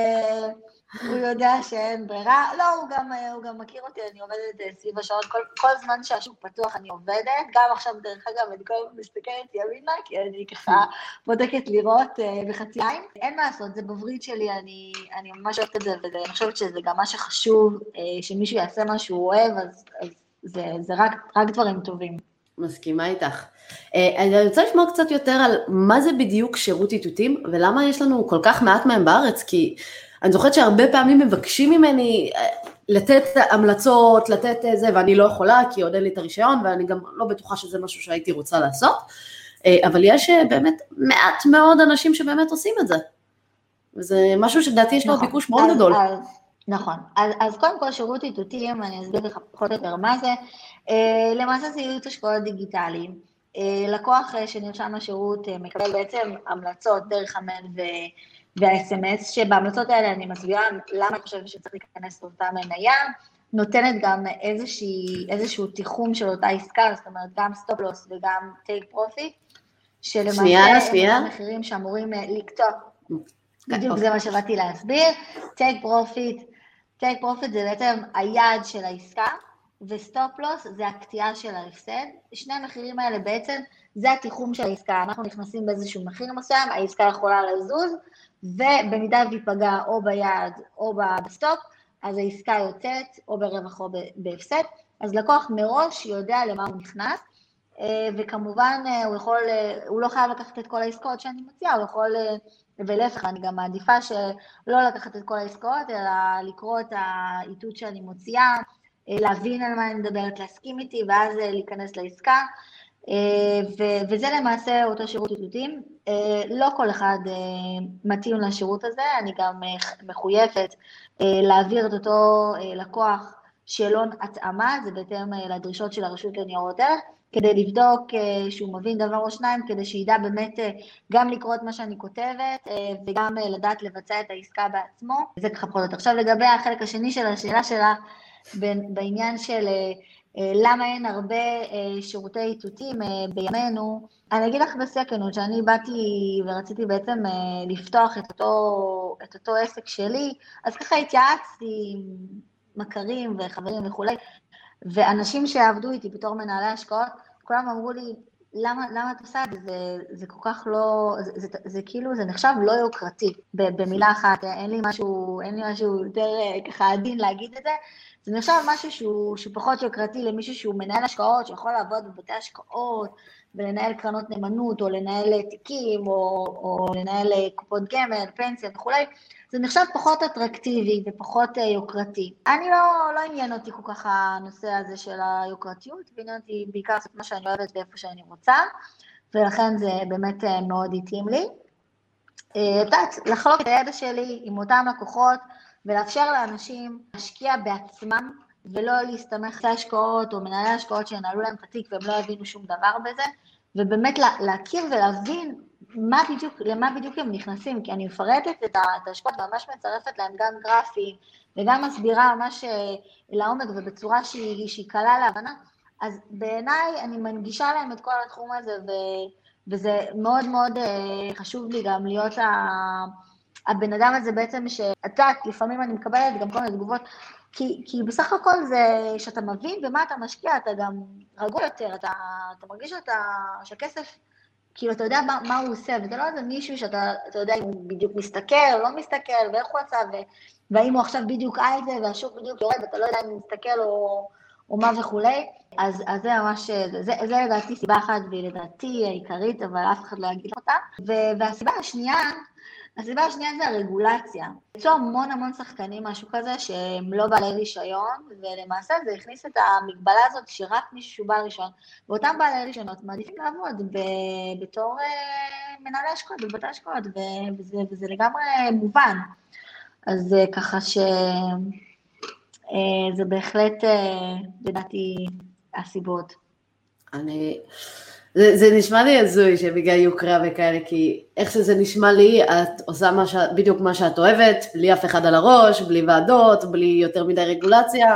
הוא יודע שאין ברירה, לא, הוא גם, הוא גם מכיר אותי, אני עובדת סביב השעות, כל, כל זמן שהשוק פתוח אני עובדת, גם עכשיו דרך אגב, אני כל הזמן מסתכלת ימינה, כי אני ככה בודקת לראות בחצי עין. אין מה לעשות, זה בברית שלי, אני, אני ממש אוהבת את זה, ואני חושבת שזה גם מה שחשוב, שמישהו יעשה מה שהוא אוהב, אז, אז זה, זה רק, רק דברים טובים. מסכימה איתך. אני רוצה לשמוע קצת יותר על מה זה בדיוק שירות איתותים, ולמה יש לנו כל כך מעט מהם בארץ, כי אני זוכרת שהרבה פעמים מבקשים ממני לתת המלצות, לתת זה, ואני לא יכולה, כי עוד אין לי את הרישיון, ואני גם לא בטוחה שזה משהו שהייתי רוצה לעשות, אבל יש באמת מעט מאוד אנשים שבאמת עושים את זה, וזה משהו שדעתי יש לו נכון, ביקוש מאוד אז, גדול. אז, נכון, אז, אז קודם כל שירות איתותים, אני אסביר לך פחות או יותר מה זה, אה, למעשה זה ייעוץ השקעות דיגיטליים, אה, לקוח אה, שנרשם לשירות אה, מקבל בעצם המלצות דרך המייל וה-אס אם אס, שבהמלצות האלה אני מסבירה למה אני חושבת שצריך להיכנס לאותה מניה, נותנת גם איזושהי, איזשהו תיחום של אותה עסקה, זאת אומרת גם סטופ לוס וגם טייק פרופיט, שלמעשה שנייה, הם שנייה. אותם מחירים שאמורים אה, לקטוע. בדיוק זה מה שבאתי להסביר, טייק פרופיט, טייק פרופיט זה בעצם היעד של העסקה, וסטופ לוס זה הקטיעה של ההפסד, שני המחירים האלה בעצם זה התיחום של העסקה, אנחנו נכנסים באיזשהו מחיר מסוים, העסקה יכולה לזוז, ובמידה ויפגע או ביעד או בסטופ, אז העסקה יוצאת או ברווח או בהפסד, אז לקוח מראש יודע למה הוא נכנס, וכמובן הוא יכול, הוא לא חייב לקחת את כל העסקאות שאני מציעה, הוא יכול, ולהפך, אני גם מעדיפה שלא לקחת את כל העסקאות, אלא לקרוא את האיתות שאני מוציאה, להבין על מה אני מדברת, להסכים איתי, ואז להיכנס לעסקה, וזה למעשה אותו שירות איתותים. לא כל אחד מתאים לשירות הזה, אני גם מחויבת להעביר את אותו לקוח שאלון התאמה, זה בהתאם לדרישות של הרשות לניירות ערך, כדי לבדוק שהוא מבין דבר או שניים, כדי שידע באמת גם לקרוא את מה שאני כותבת, וגם לדעת לבצע את העסקה בעצמו. זה ככה פחות. עכשיו לגבי החלק השני של השאלה שלה, בעניין של למה אין הרבה שירותי איתותים בימינו, אני אגיד לך בסקנות, שאני באתי ורציתי בעצם לפתוח את אותו, את אותו עסק שלי, אז ככה התייעצתי עם מכרים וחברים וכו', ואנשים שעבדו איתי בתור מנהלי השקעות, כולם אמרו לי, למה, למה את עושה את זה? זה, זה כל כך לא, זה, זה, זה כאילו, זה נחשב לא יוקרתי, במילה אחת, אין לי משהו, אין לי משהו יותר ככה עדין להגיד את זה, זה נחשב משהו שהוא, שהוא פחות יוקרתי למישהו שהוא מנהל השקעות, שיכול לעבוד בבתי השקעות, ולנהל קרנות נאמנות, או לנהל תיקים, או, או לנהל קופות גמל, פנסיה וכולי, זה נחשב פחות אטרקטיבי ופחות יוקרתי. אני לא, לא עניין אותי כל כך הנושא הזה של היוקרתיות, ועניין אותי בעיקר לעשות מה שאני אוהבת ואיפה שאני רוצה, ולכן זה באמת מאוד התאים לי. לחלוק את הידע שלי עם אותם לקוחות, ולאפשר לאנשים להשקיע בעצמם, ולא להסתמך על השקעות או מנהלי השקעות שינהלו להם את התיק, והם לא יבינו שום דבר בזה, ובאמת להכיר ולהבין מה בדיוק, למה בדיוק הם נכנסים, כי אני מפרטת את ההשקעות, ממש מצרפת להם גם גרפים, וגם מסבירה ממש לעומק ובצורה שהיא, שהיא קלה להבנה, אז בעיניי אני מנגישה להם את כל התחום הזה, ו, וזה מאוד מאוד חשוב לי גם להיות ה... הבן אדם הזה בעצם שאתה, לפעמים אני מקבלת גם כל מיני תגובות, כי, כי בסך הכל זה שאתה מבין במה אתה משקיע, אתה גם רגוע יותר, אתה, אתה מרגיש שאתה, שהכסף, כאילו אתה יודע מה, מה הוא עושה, וזה לא איזה מישהו שאתה אתה יודע אם הוא בדיוק מסתכל או לא מסתכל, ואיך הוא עשה, ו, והאם הוא עכשיו בדיוק על זה, והשוק בדיוק יורד, ואתה לא יודע אם הוא מסתכל או, או מה וכולי, אז, אז זה ממש, זה, זה, זה לדעתי סיבה אחת, והיא לדעתי העיקרית, אבל אף אחד לא יגיד אותה, ו, והסיבה השנייה, הסיבה השנייה זה הרגולציה. יצאו המון המון שחקנים משהו כזה שהם לא בעלי רישיון, ולמעשה זה הכניס את המגבלה הזאת שרק מישהו שהוא בעל רישיון, ואותם בעלי רישיונות מעדיפים לעבוד ב- בתור uh, מנהלי השקעות, בבתי השקעות, וזה, וזה לגמרי מובן. אז uh, ככה שזה uh, בהחלט, uh, לדעתי, הסיבות. אני... זה, זה נשמע לי הזוי שבגלל יוקרה וכאלה, כי איך שזה נשמע לי, את עושה מה ש... בדיוק מה שאת אוהבת, בלי אף אחד על הראש, בלי ועדות, בלי יותר מדי רגולציה,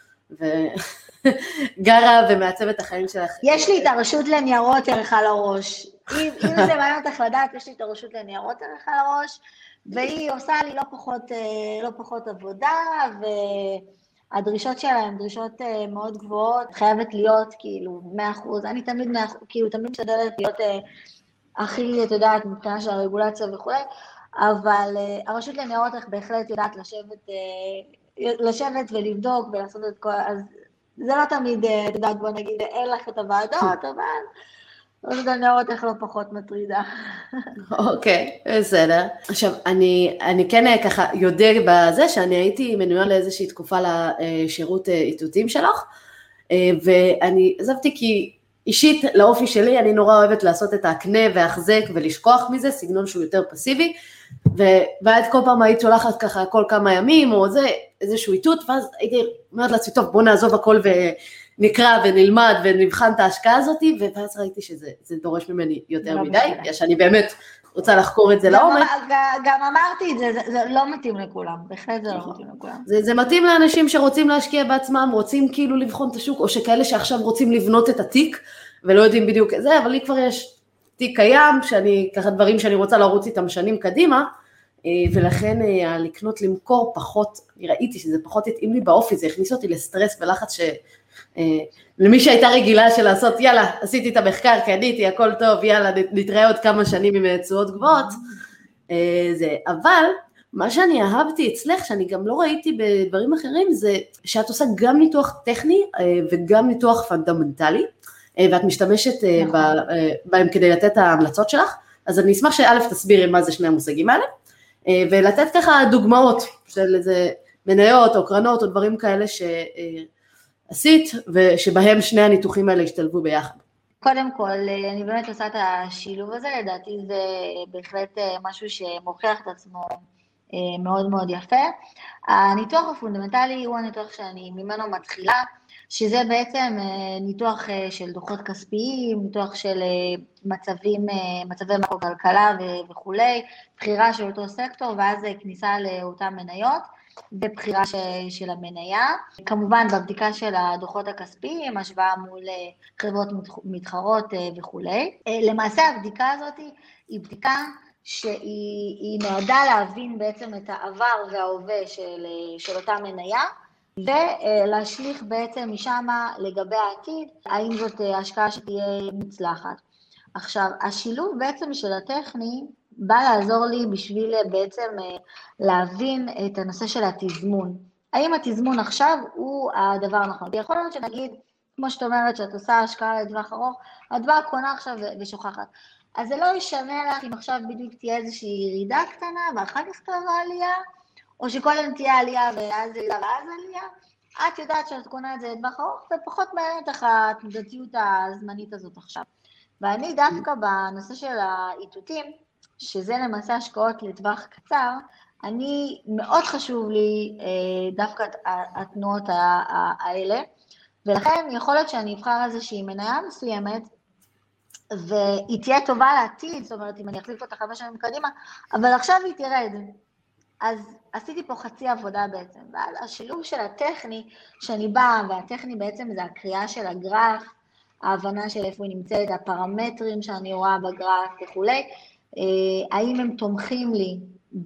וגרה ומעצבת החיים שלך. יש לי את הרשות לניירות ערך על הראש. אם, אם זה מעניין אותך לדעת, יש לי את הרשות לניירות ערך על הראש, והיא עושה לי לא פחות, לא פחות עבודה, ו... הדרישות שלה הן דרישות מאוד גבוהות, חייבת להיות כאילו מאה אחוז, אני תמיד מאה אחוז, כאילו תמיד משתדלת להיות אה, הכי, את יודעת, מבחינה של הרגולציה וכו', אבל אה, הרשות לניירות ערך בהחלט יודעת לשבת, אה, לשבת ולבדוק ולעשות את כל, אז זה לא תמיד, את יודעת, בוא נגיד, אין לך את הוועדות, אבל אז גם לראות איך לא פחות מטרידה. אוקיי, בסדר. עכשיו, אני, אני כן ככה יודע בזה שאני הייתי מנויה לאיזושהי תקופה לשירות איתותים שלך, ואני עזבתי כי אישית לאופי שלי, אני נורא אוהבת לעשות את הקנה והחזק ולשכוח מזה, סגנון שהוא יותר פסיבי, ועד כל פעם היית שולחת ככה כל כמה ימים, או זה, איזשהו איתות, ואז הייתי אומרת לעצמי, טוב, בוא נעזוב הכל ונקרא ונלמד ונבחן את ההשקעה הזאת, ואז ראיתי שזה דורש ממני יותר מדי, שאני באמת רוצה לחקור את זה לעומק. גם אמרתי את זה, זה לא מתאים לכולם, בהחלט זה לא מתאים לכולם. זה מתאים לאנשים שרוצים להשקיע בעצמם, רוצים כאילו לבחון את השוק, או שכאלה שעכשיו רוצים לבנות את התיק, ולא יודעים בדיוק את זה, אבל לי כבר יש תיק קיים, שאני, ככה דברים שאני רוצה לרוץ איתם שנים קדימה, ולכן לקנות למכור פחות, אני ראיתי שזה פחות התאים לי באופי, זה הכניס אותי לסטרס ולחץ ש... למי שהייתה רגילה של לעשות, יאללה, עשיתי את המחקר, קניתי, הכל טוב, יאללה, נתראה עוד כמה שנים עם תשואות גבוהות, זה, אבל מה שאני אהבתי אצלך, שאני גם לא ראיתי בדברים אחרים, זה שאת עושה גם ניתוח טכני וגם ניתוח פונדמנטלי, ואת משתמשת בהם כדי לתת את ההמלצות שלך, אז אני אשמח שא' תסבירי מה זה שני המושגים האלה, ולתת ככה דוגמאות של איזה מניות או קרנות או דברים כאלה שעשית, ושבהם שני הניתוחים האלה השתלבו ביחד. קודם כל, אני באמת עושה את השילוב הזה, לדעתי זה בהחלט משהו שמוכיח את עצמו מאוד מאוד יפה. הניתוח הפונדמנטלי הוא הניתוח שאני ממנו מתחילה, שזה בעצם ניתוח של דוחות כספיים, ניתוח של מצבים, מצבי מקרו-כלכלה וכולי, בחירה של אותו סקטור, ואז כניסה לאותן מניות, ובחירה של המניה. כמובן, בבדיקה של הדוחות הכספיים, השוואה מול חברות מתחרות וכולי. למעשה, הבדיקה הזאת היא בדיקה שהיא נועדה להבין בעצם את העבר וההווה של, של אותה מניה, ולהשליך בעצם משם לגבי העתיד, האם זאת השקעה שתהיה מוצלחת. עכשיו, השילוב בעצם של הטכני בא לעזור לי בשביל בעצם להבין את הנושא של התזמון. האם התזמון עכשיו הוא הדבר הנכון? יכול להיות שנגיד, כמו שאת אומרת, שאת עושה השקעה לטווח ארוך, את באה קונה עכשיו ושוכחת. אז זה לא ישנה לך אם עכשיו בדיוק תהיה איזושהי ירידה קטנה, ואחר כך תבוא עלייה, או שקודם תהיה עלייה ואז ירידה ואז עלייה. את יודעת שאת קונה את זה לטווח ארוך, ופחות מעניינת לך התנודתיות הזמנית הזאת עכשיו. ואני דווקא בנושא של האיתותים, שזה למעשה השקעות לטווח קצר, אני מאוד חשוב לי דווקא התנועות האלה, ולכן יכול להיות שאני אבחר איזושהי מניה מסוימת, והיא תהיה טובה לעתיד, זאת אומרת, אם אני אחליף אותה חמש שנים קדימה, אבל עכשיו היא תרד. אז עשיתי פה חצי עבודה בעצם, ואז השילוב של הטכני, שאני באה, והטכני בעצם זה הקריאה של הגרף, ההבנה של איפה היא נמצאת, הפרמטרים שאני רואה בגרף וכולי, האם הם תומכים לי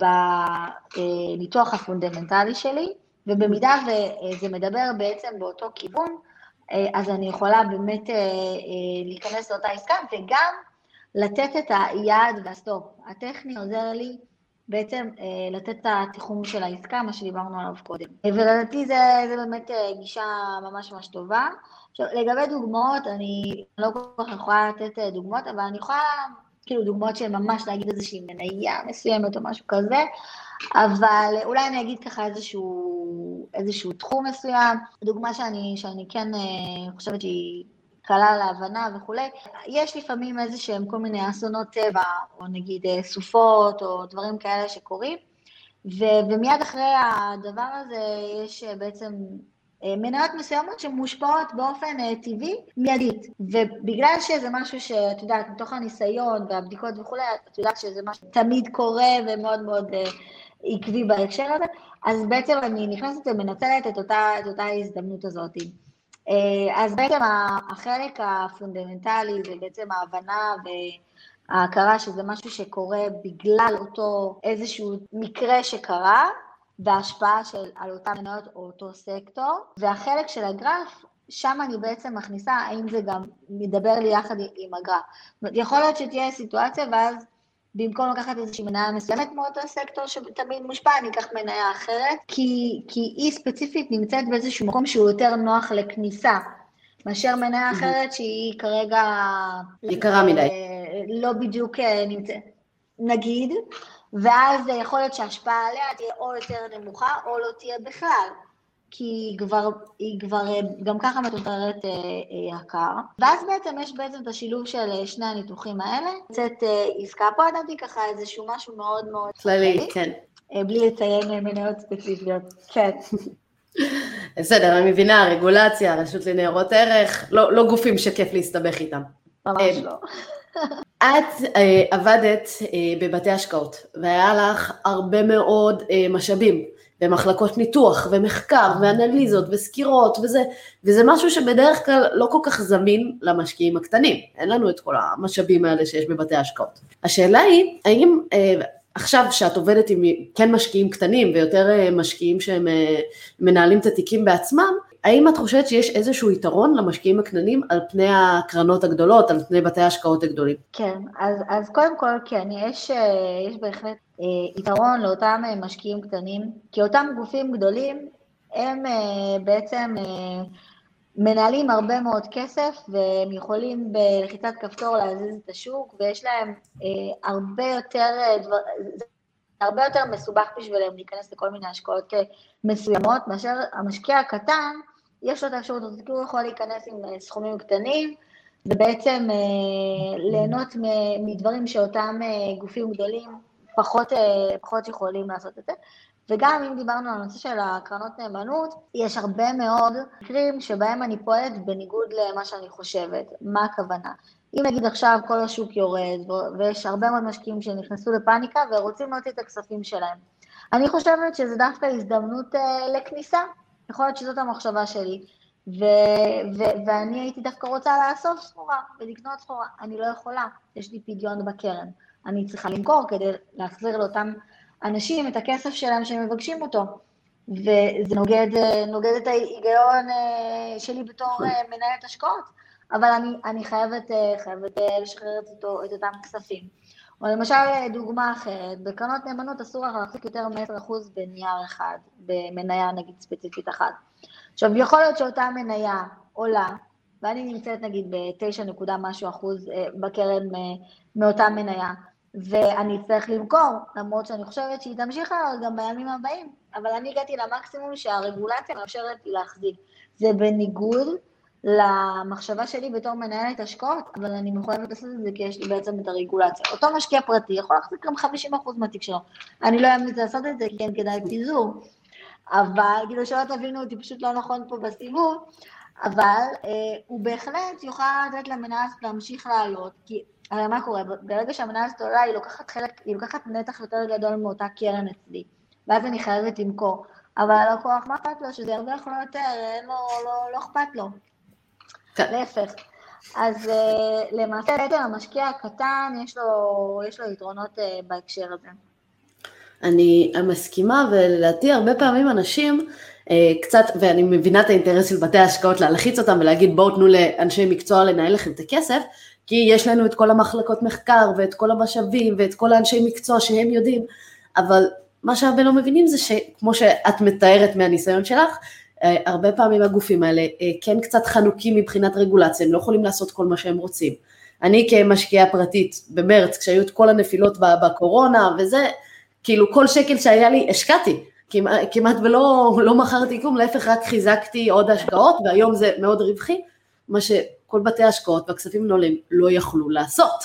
בניתוח הפונדמנטלי שלי, ובמידה וזה מדבר בעצם באותו כיוון, אז אני יכולה באמת להיכנס לאותה עסקה, וגם לתת את היעד והסטופ. הטכני עוזר לי בעצם לתת את התיחום של העסקה, מה שדיברנו עליו קודם. ולדעתי זה, זה באמת גישה ממש ממש טובה. עכשיו, לגבי דוגמאות, אני לא כל כך יכולה לתת דוגמאות, אבל אני יכולה, כאילו, דוגמאות של ממש להגיד איזושהי מניה מסוימת או משהו כזה, אבל אולי אני אגיד ככה איזשהו, איזשהו תחום מסוים, דוגמה שאני, שאני כן חושבת שהיא קלה להבנה וכולי, יש לפעמים איזה שהם כל מיני אסונות טבע, או נגיד סופות, או דברים כאלה שקורים, ו- ומיד אחרי הדבר הזה יש בעצם מניות מסוימות שמושפעות באופן טבעי מיידית, ובגלל שזה משהו שאת יודעת, מתוך הניסיון והבדיקות וכולי, את יודעת שזה משהו תמיד קורה ומאוד מאוד עקבי בהקשר הזה, אז בעצם אני נכנסת ומנצלת את אותה, את אותה ההזדמנות הזאת. אז בעצם החלק הפונדמנטלי זה בעצם ההבנה וההכרה שזה משהו שקורה בגלל אותו איזשהו מקרה שקרה, וההשפעה של על אותה מניות או אותו סקטור, והחלק של הגרף, שם אני בעצם מכניסה, האם זה גם מדבר לי יחד עם הגרף. יכול להיות שתהיה סיטואציה, ואז במקום לקחת איזושהי מניה מסוימת מאותו סקטור שתמיד מושפע, אני אקח מניה אחרת, כי, כי היא ספציפית נמצאת באיזשהו מקום שהוא יותר נוח לכניסה, מאשר מניה אחרת שהיא כרגע... יקרה מדי. לא בדיוק נמצאת, נגיד, ואז יכול להיות שההשפעה עליה תהיה או יותר נמוכה, או לא תהיה בכלל. כי היא כבר, היא כבר גם ככה מתותרת יקר. ואז בעצם יש בעצם את השילוב של שני הניתוחים האלה. קצת עסקה פה עדמתי ככה איזשהו משהו מאוד מאוד... כללי, כן. בלי לציין מניות ספציפיות. כן. בסדר, אני מבינה, רגולציה, רשות לניירות ערך, לא, לא גופים שכיף להסתבך איתם. ממש לא. את עבדת בבתי השקעות, והיה לך הרבה מאוד משאבים. במחלקות ניתוח ומחקר ואנליזות וסקירות וזה, וזה משהו שבדרך כלל לא כל כך זמין למשקיעים הקטנים, אין לנו את כל המשאבים האלה שיש בבתי ההשקעות. השאלה היא, האם אה, עכשיו שאת עובדת עם כן משקיעים קטנים ויותר אה, משקיעים שהם אה, מנהלים את התיקים בעצמם, האם את חושבת שיש איזשהו יתרון למשקיעים הקטנים על פני הקרנות הגדולות, על פני בתי ההשקעות הגדולים? כן, אז, אז קודם כל, כן, יש, יש בהחלט יתרון לאותם משקיעים קטנים, כי אותם גופים גדולים, הם בעצם מנהלים הרבה מאוד כסף, והם יכולים בלחיצת כפתור להזיז את השוק, ויש להם הרבה יותר, זה הרבה יותר מסובך בשבילם להיכנס לכל מיני השקעות מסוימות, מאשר המשקיע הקטן, יש לו את האפשרות, הוא יכול להיכנס עם סכומים קטנים, ובעצם ליהנות מדברים שאותם גופים גדולים פחות, פחות יכולים לעשות את זה. וגם אם דיברנו על הנושא של הקרנות נאמנות, יש הרבה מאוד מקרים שבהם אני פועלת בניגוד למה שאני חושבת. מה הכוונה? אם נגיד עכשיו כל השוק יורד, ויש הרבה מאוד משקיעים שנכנסו לפאניקה ורוצים להוציא את הכספים שלהם. אני חושבת שזה דווקא הזדמנות לכניסה. יכול להיות שזאת המחשבה שלי. ו- ו- ואני הייתי דווקא רוצה לאסוף סחורה ולקנות סחורה. אני לא יכולה, יש לי פדיון בקרן. אני צריכה למכור כדי להחזיר לאותם אנשים את הכסף שלהם שהם מבקשים אותו. וזה נוגד, נוגד את ההיגיון שלי בתור מנהלת השקעות. אבל אני, אני חייבת, חייבת לשחרר את, אותו, את אותם כספים. או למשל, דוגמה אחרת, בקרנות נאמנות אסור לך להחזיק יותר מ-עשרה אחוז בנייר אחד, במניה נגיד ספציפית אחת. עכשיו, יכול להיות שאותה מניה עולה, ואני נמצאת נגיד ב-תשע נקודה משהו אחוז בקרן מאותה מניה, ואני אצטרך למכור, למרות שאני חושבת שהיא תמשיך גם בימים הבאים, אבל אני הגעתי למקסימום שהרגולציה מאפשרת לי להחזיק. זה בניגוד למחשבה שלי בתור מנהלת השקעות, אבל אני מחויבת לעשות את זה כי יש לי בעצם את הרגולציה. אותו משקיע פרטי יכול להחזיק גם חמישים אחוז מהתיק שלו. אני לא אמליץ לעשות את זה כי אין כדאי פיזור. אבל, כאילו שלא תבינו אותי, פשוט לא נכון פה בסיבוב, אבל אה, הוא בהחלט יוכל לתת למניה הזאת להמשיך לעלות, כי הרי מה קורה? ברגע שהמניה הזאת עולה, היא לוקחת חלק, היא לוקחת נתח יותר גדול מאותה קרן אצלי, ואז אני חייבת למכור. אבל הלקוח, מה אכפת לו? שזה ירוויח לו יותר, אין לו, לא, לא אכפת לו. להפך. אז אה, למעשה, בעצם המשקיע הקטן, יש לו, יש לו יתרונות אה, בהקשר הזה. אני מסכימה, ולדעתי הרבה פעמים אנשים אה, קצת, ואני מבינה את האינטרס של בתי ההשקעות להלחיץ אותם ולהגיד בואו תנו לאנשי מקצוע לנהל לכם את הכסף, כי יש לנו את כל המחלקות מחקר ואת כל המשאבים ואת כל האנשי מקצוע שהם יודעים, אבל מה שהרבה לא מבינים זה שכמו שאת מתארת מהניסיון שלך, אה, הרבה פעמים הגופים האלה אה, כן קצת חנוקים מבחינת רגולציה, הם לא יכולים לעשות כל מה שהם רוצים. אני כמשקיעה פרטית במרץ, כשהיו את כל הנפילות בקורונה וזה, כאילו כל שקל שהיה לי השקעתי, כמעט, כמעט ולא לא מכרתי כלום, להפך רק חיזקתי עוד השקעות, והיום זה מאוד רווחי, מה שכל בתי ההשקעות והכספים נעולים לא יכלו לעשות.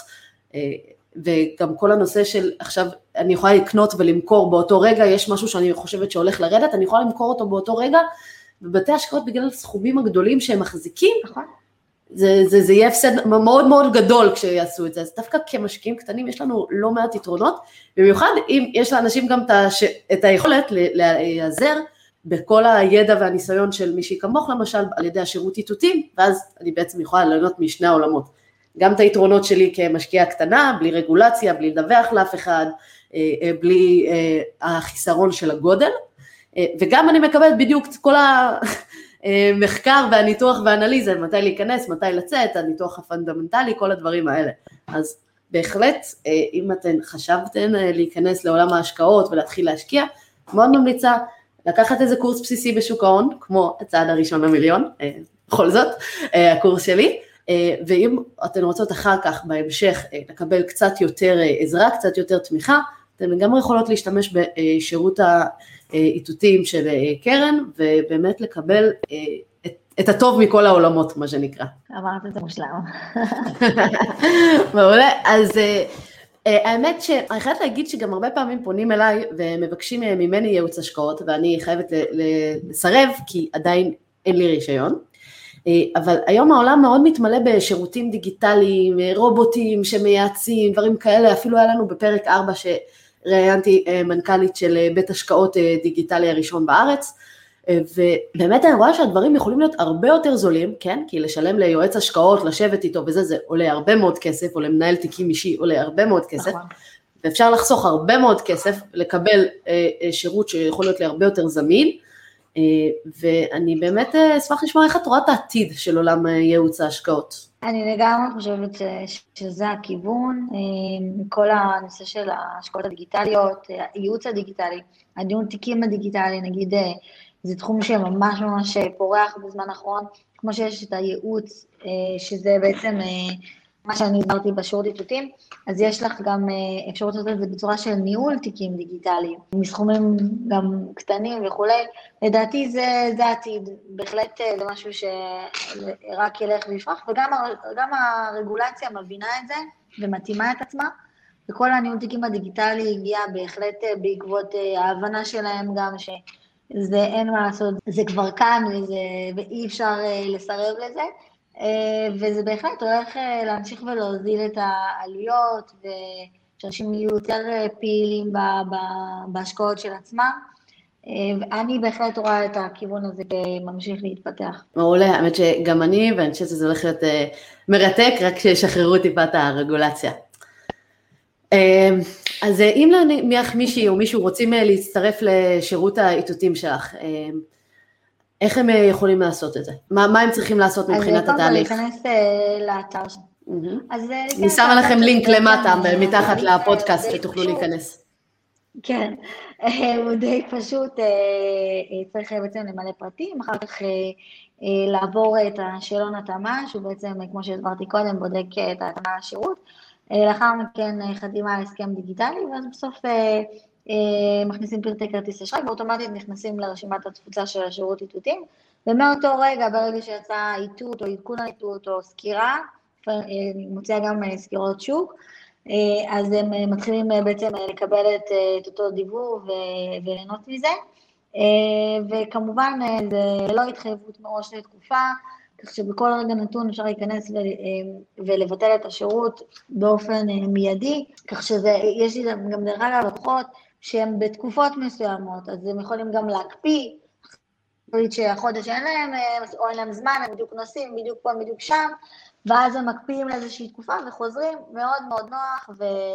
וגם כל הנושא של עכשיו אני יכולה לקנות ולמכור באותו רגע, יש משהו שאני חושבת שהולך לרדת, אני יכולה למכור אותו באותו רגע, ובתי ההשקעות בגלל הסכומים הגדולים שהם מחזיקים, נכון. זה, זה, זה יהיה הפסד מאוד מאוד גדול כשיעשו את זה, אז דווקא כמשקיעים קטנים יש לנו לא מעט יתרונות, במיוחד אם יש לאנשים גם את היכולת להיעזר בכל הידע והניסיון של מישהי כמוך למשל, על ידי השירות איתותים, ואז אני בעצם יכולה ליהנות משני העולמות, גם את היתרונות שלי כמשקיעה קטנה, בלי רגולציה, בלי לדווח לאף אחד, בלי החיסרון של הגודל, וגם אני מקבלת בדיוק כל ה... מחקר והניתוח והאנליזה, מתי להיכנס, מתי לצאת, הניתוח הפונדמנטלי, כל הדברים האלה. אז בהחלט, אם אתן חשבתן להיכנס לעולם ההשקעות ולהתחיל להשקיע, מאוד ממליצה לקחת איזה קורס בסיסי בשוק ההון, כמו הצעד הראשון למיליון, בכל זאת, הקורס שלי, ואם אתן רוצות אחר כך בהמשך לקבל קצת יותר עזרה, קצת יותר תמיכה, אתן גם יכולות להשתמש בשירות האיתותים של קרן, ובאמת לקבל את, את הטוב מכל העולמות, מה שנקרא. אמרת את זה מושלם. מעולה, אז האמת שאני חייבת להגיד שגם הרבה פעמים פונים אליי, ומבקשים ממני ייעוץ השקעות, ואני חייבת לסרב, כי עדיין אין לי רישיון. אבל היום העולם מאוד מתמלא בשירותים דיגיטליים, רובוטים שמייעצים, דברים כאלה, אפילו היה לנו בפרק ארבע שראיינתי מנכ"לית של בית השקעות דיגיטלי הראשון בארץ, ובאמת אני רואה שהדברים יכולים להיות הרבה יותר זולים, כן? כי לשלם ליועץ השקעות, לשבת איתו וזה, זה עולה הרבה מאוד כסף, או למנהל תיקים אישי עולה הרבה מאוד כסף, נכון. ואפשר לחסוך הרבה מאוד כסף, לקבל שירות שיכול להיות להרבה יותר זמין, ואני באמת אשמח לשמוע איך את רואה את העתיד של עולם ייעוץ ההשקעות. אני לגמרי חושבת שזה הכיוון, כל הנושא של ההשקעות הדיגיטליות, הייעוץ הדיגיטלי, הניהול תיקים הדיגיטלי, נגיד, זה תחום שממש ממש פורח בזמן האחרון, כמו שיש את הייעוץ, שזה בעצם מה שאני הסברתי בשירות איתותים, אז יש לך גם אפשרות לעשות את זה בצורה של ניהול תיקים דיגיטליים, מסכומים גם קטנים וכו'. לדעתי זה, זה עתיד, בהחלט זה משהו שרק ילך ויפרח, וגם גם הרגולציה מבינה את זה ומתאימה את עצמה, וכל הניהול תיקים הדיגיטלי הגיע בהחלט בעקבות ההבנה שלהם גם שזה אין מה לעשות, זה כבר כאן וזה, ואי אפשר לסרב לזה, וזה בהחלט הולך להמשיך ולהוזיל את העלויות, ושאנשים יהיו יותר פעילים בהשקעות של עצמם, ואני בהחלט רואה את הכיוון הזה ממשיך להתפתח. מעולה, האמת שגם אני, ואני חושבת שזה הולך להיות מרתק, רק שישחררו טיפה את הרגולציה. אז אם להניח מישהי או מישהו רוצים להצטרף לשירות האיתותים שלך, איך הם יכולים לעשות את זה? מה, מה הם צריכים לעשות מבחינת התהליך? אז להיכנס לאתר. אני שמה לכם לינק למטה, מתחת לפודקאסט, שתוכלו להיכנס. כן, הוא די פשוט, צריך בעצם למלא פרטים, אחר כך לעבור את השאלון התאמה, שהוא בעצם, כמו שהסברתי קודם, בודק את ההתאמה לשירות, לאחר מכן חתימה על הסכם דיגיטלי, ואז בסוף מכניסים פרטי כרטיס אשראי, ואוטומטית נכנסים לרשימת התפוצה של השירות איתותים, ומאותו רגע, ברגע שיצא איתות או עדכון האיתות או סקירה, מוציאה גם סקירות שוק, אז הם מתחילים בעצם לקבל את, את אותו דיוור וליהנות מזה, וכמובן זה לא התחייבות מראש לתקופה, כך שבכל רגע נתון אפשר להיכנס ולבטל את השירות באופן מיידי, כך שיש לי גם דרך אגב לקוחות שהם בתקופות מסוימות, אז הם יכולים גם להקפיא, שהחודש אין להם, או אין להם זמן, הם בדיוק נוסעים, בדיוק פה, בדיוק שם, ואז הם מקפיאים לאיזושהי תקופה וחוזרים, מאוד מאוד נוח,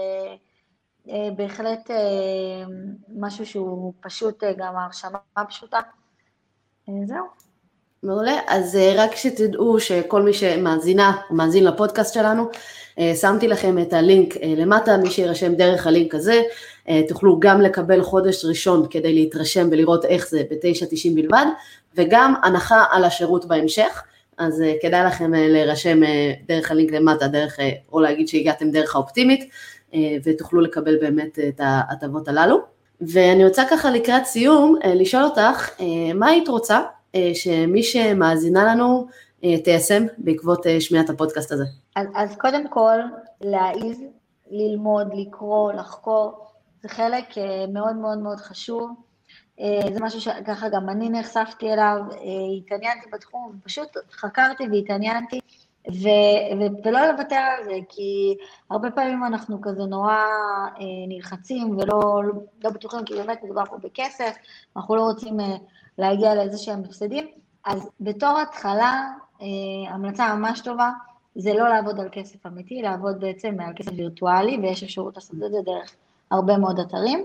ובהחלט משהו שהוא פשוט, גם ההרשמה פשוטה. זהו. מעולה, אז רק שתדעו שכל מי שמאזינה או מאזין לפודקאסט שלנו, שמתי לכם את הלינק למטה, מי שירשם דרך הלינק הזה, תוכלו גם לקבל חודש ראשון כדי להתרשם ולראות איך זה ב-תשע תשעים בלבד, וגם הנחה על השירות בהמשך, אז כדאי לכם להירשם דרך הלינק למטה, דרך, או להגיד שהגעתם דרך האופטימית, ותוכלו לקבל באמת את ההטבות הללו. ואני רוצה ככה לקראת סיום, לשאול אותך, מה היית רוצה שמי שמאזינה לנו תיישם בעקבות שמיעת הפודקאסט הזה? אז, אז קודם כל, להעיז, ללמוד, לקרוא, לחקור, זה חלק מאוד מאוד מאוד חשוב, זה משהו שככה גם אני נחשפתי אליו, התעניינתי בתחום, פשוט חקרתי והתעניינתי, ו, ו, ולא לוותר על זה, כי הרבה פעמים אנחנו כזה נורא נלחצים ולא לא בטוחים, כי באמת מדובר פה בכסף, אנחנו לא רוצים להגיע לאיזה שהם מפסדים, אז בתור התחלה, המלצה ממש טובה, זה לא לעבוד על כסף אמיתי, לעבוד בעצם על כסף וירטואלי, ויש אפשרות לעשות את זה דרך הרבה מאוד אתרים,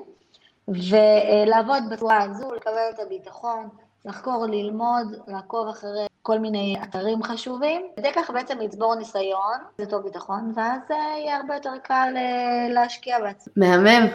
ולעבוד בצורה הזו, לקבל את הביטחון, לחקור, ללמוד, לעקוב אחרי כל מיני אתרים חשובים. כדי ככה בעצם לצבור ניסיון, זה טוב ביטחון, ואז יהיה הרבה יותר קל להשקיע בעצם. מהמם.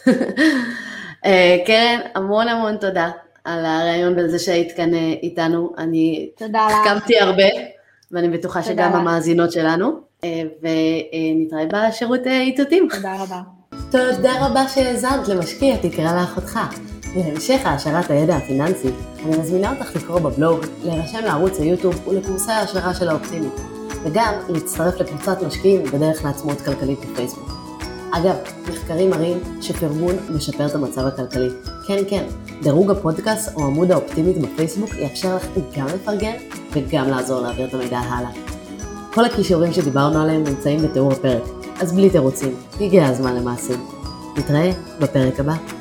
קרן, המון המון תודה על הרעיון בזה שהיית כאן איתנו. אני חכמתי הרבה, ואני בטוחה שגם המאזינות שלנו, ונתראה בשירות איתותים. תודה רבה. תודה רבה שהאזנת למשקיע תקרא לאחותך. להמשך העשרת הידע הפיננסי, אני מזמינה אותך לקרוא בבלוג, להירשם לערוץ היוטיוב ולקורסי ההעשרה של האופטימית, וגם להצטרף לקבוצת משקיעים בדרך לעצמאות כלכלית בפייסבוק. אגב, מחקרים מראים שפרגון משפר את המצב הכלכלי. כן, כן, דירוג הפודקאסט או עמוד האופטימית בפייסבוק יאפשר לך גם לפרגן וגם לעזור להעביר את המידע הלאה. כל הכישורים שדיברנו עליהם נמצאים בתיאור הפרק, אז בלי תירוצים, הגיע הזמן למעשים. נתראה בפרק הבא.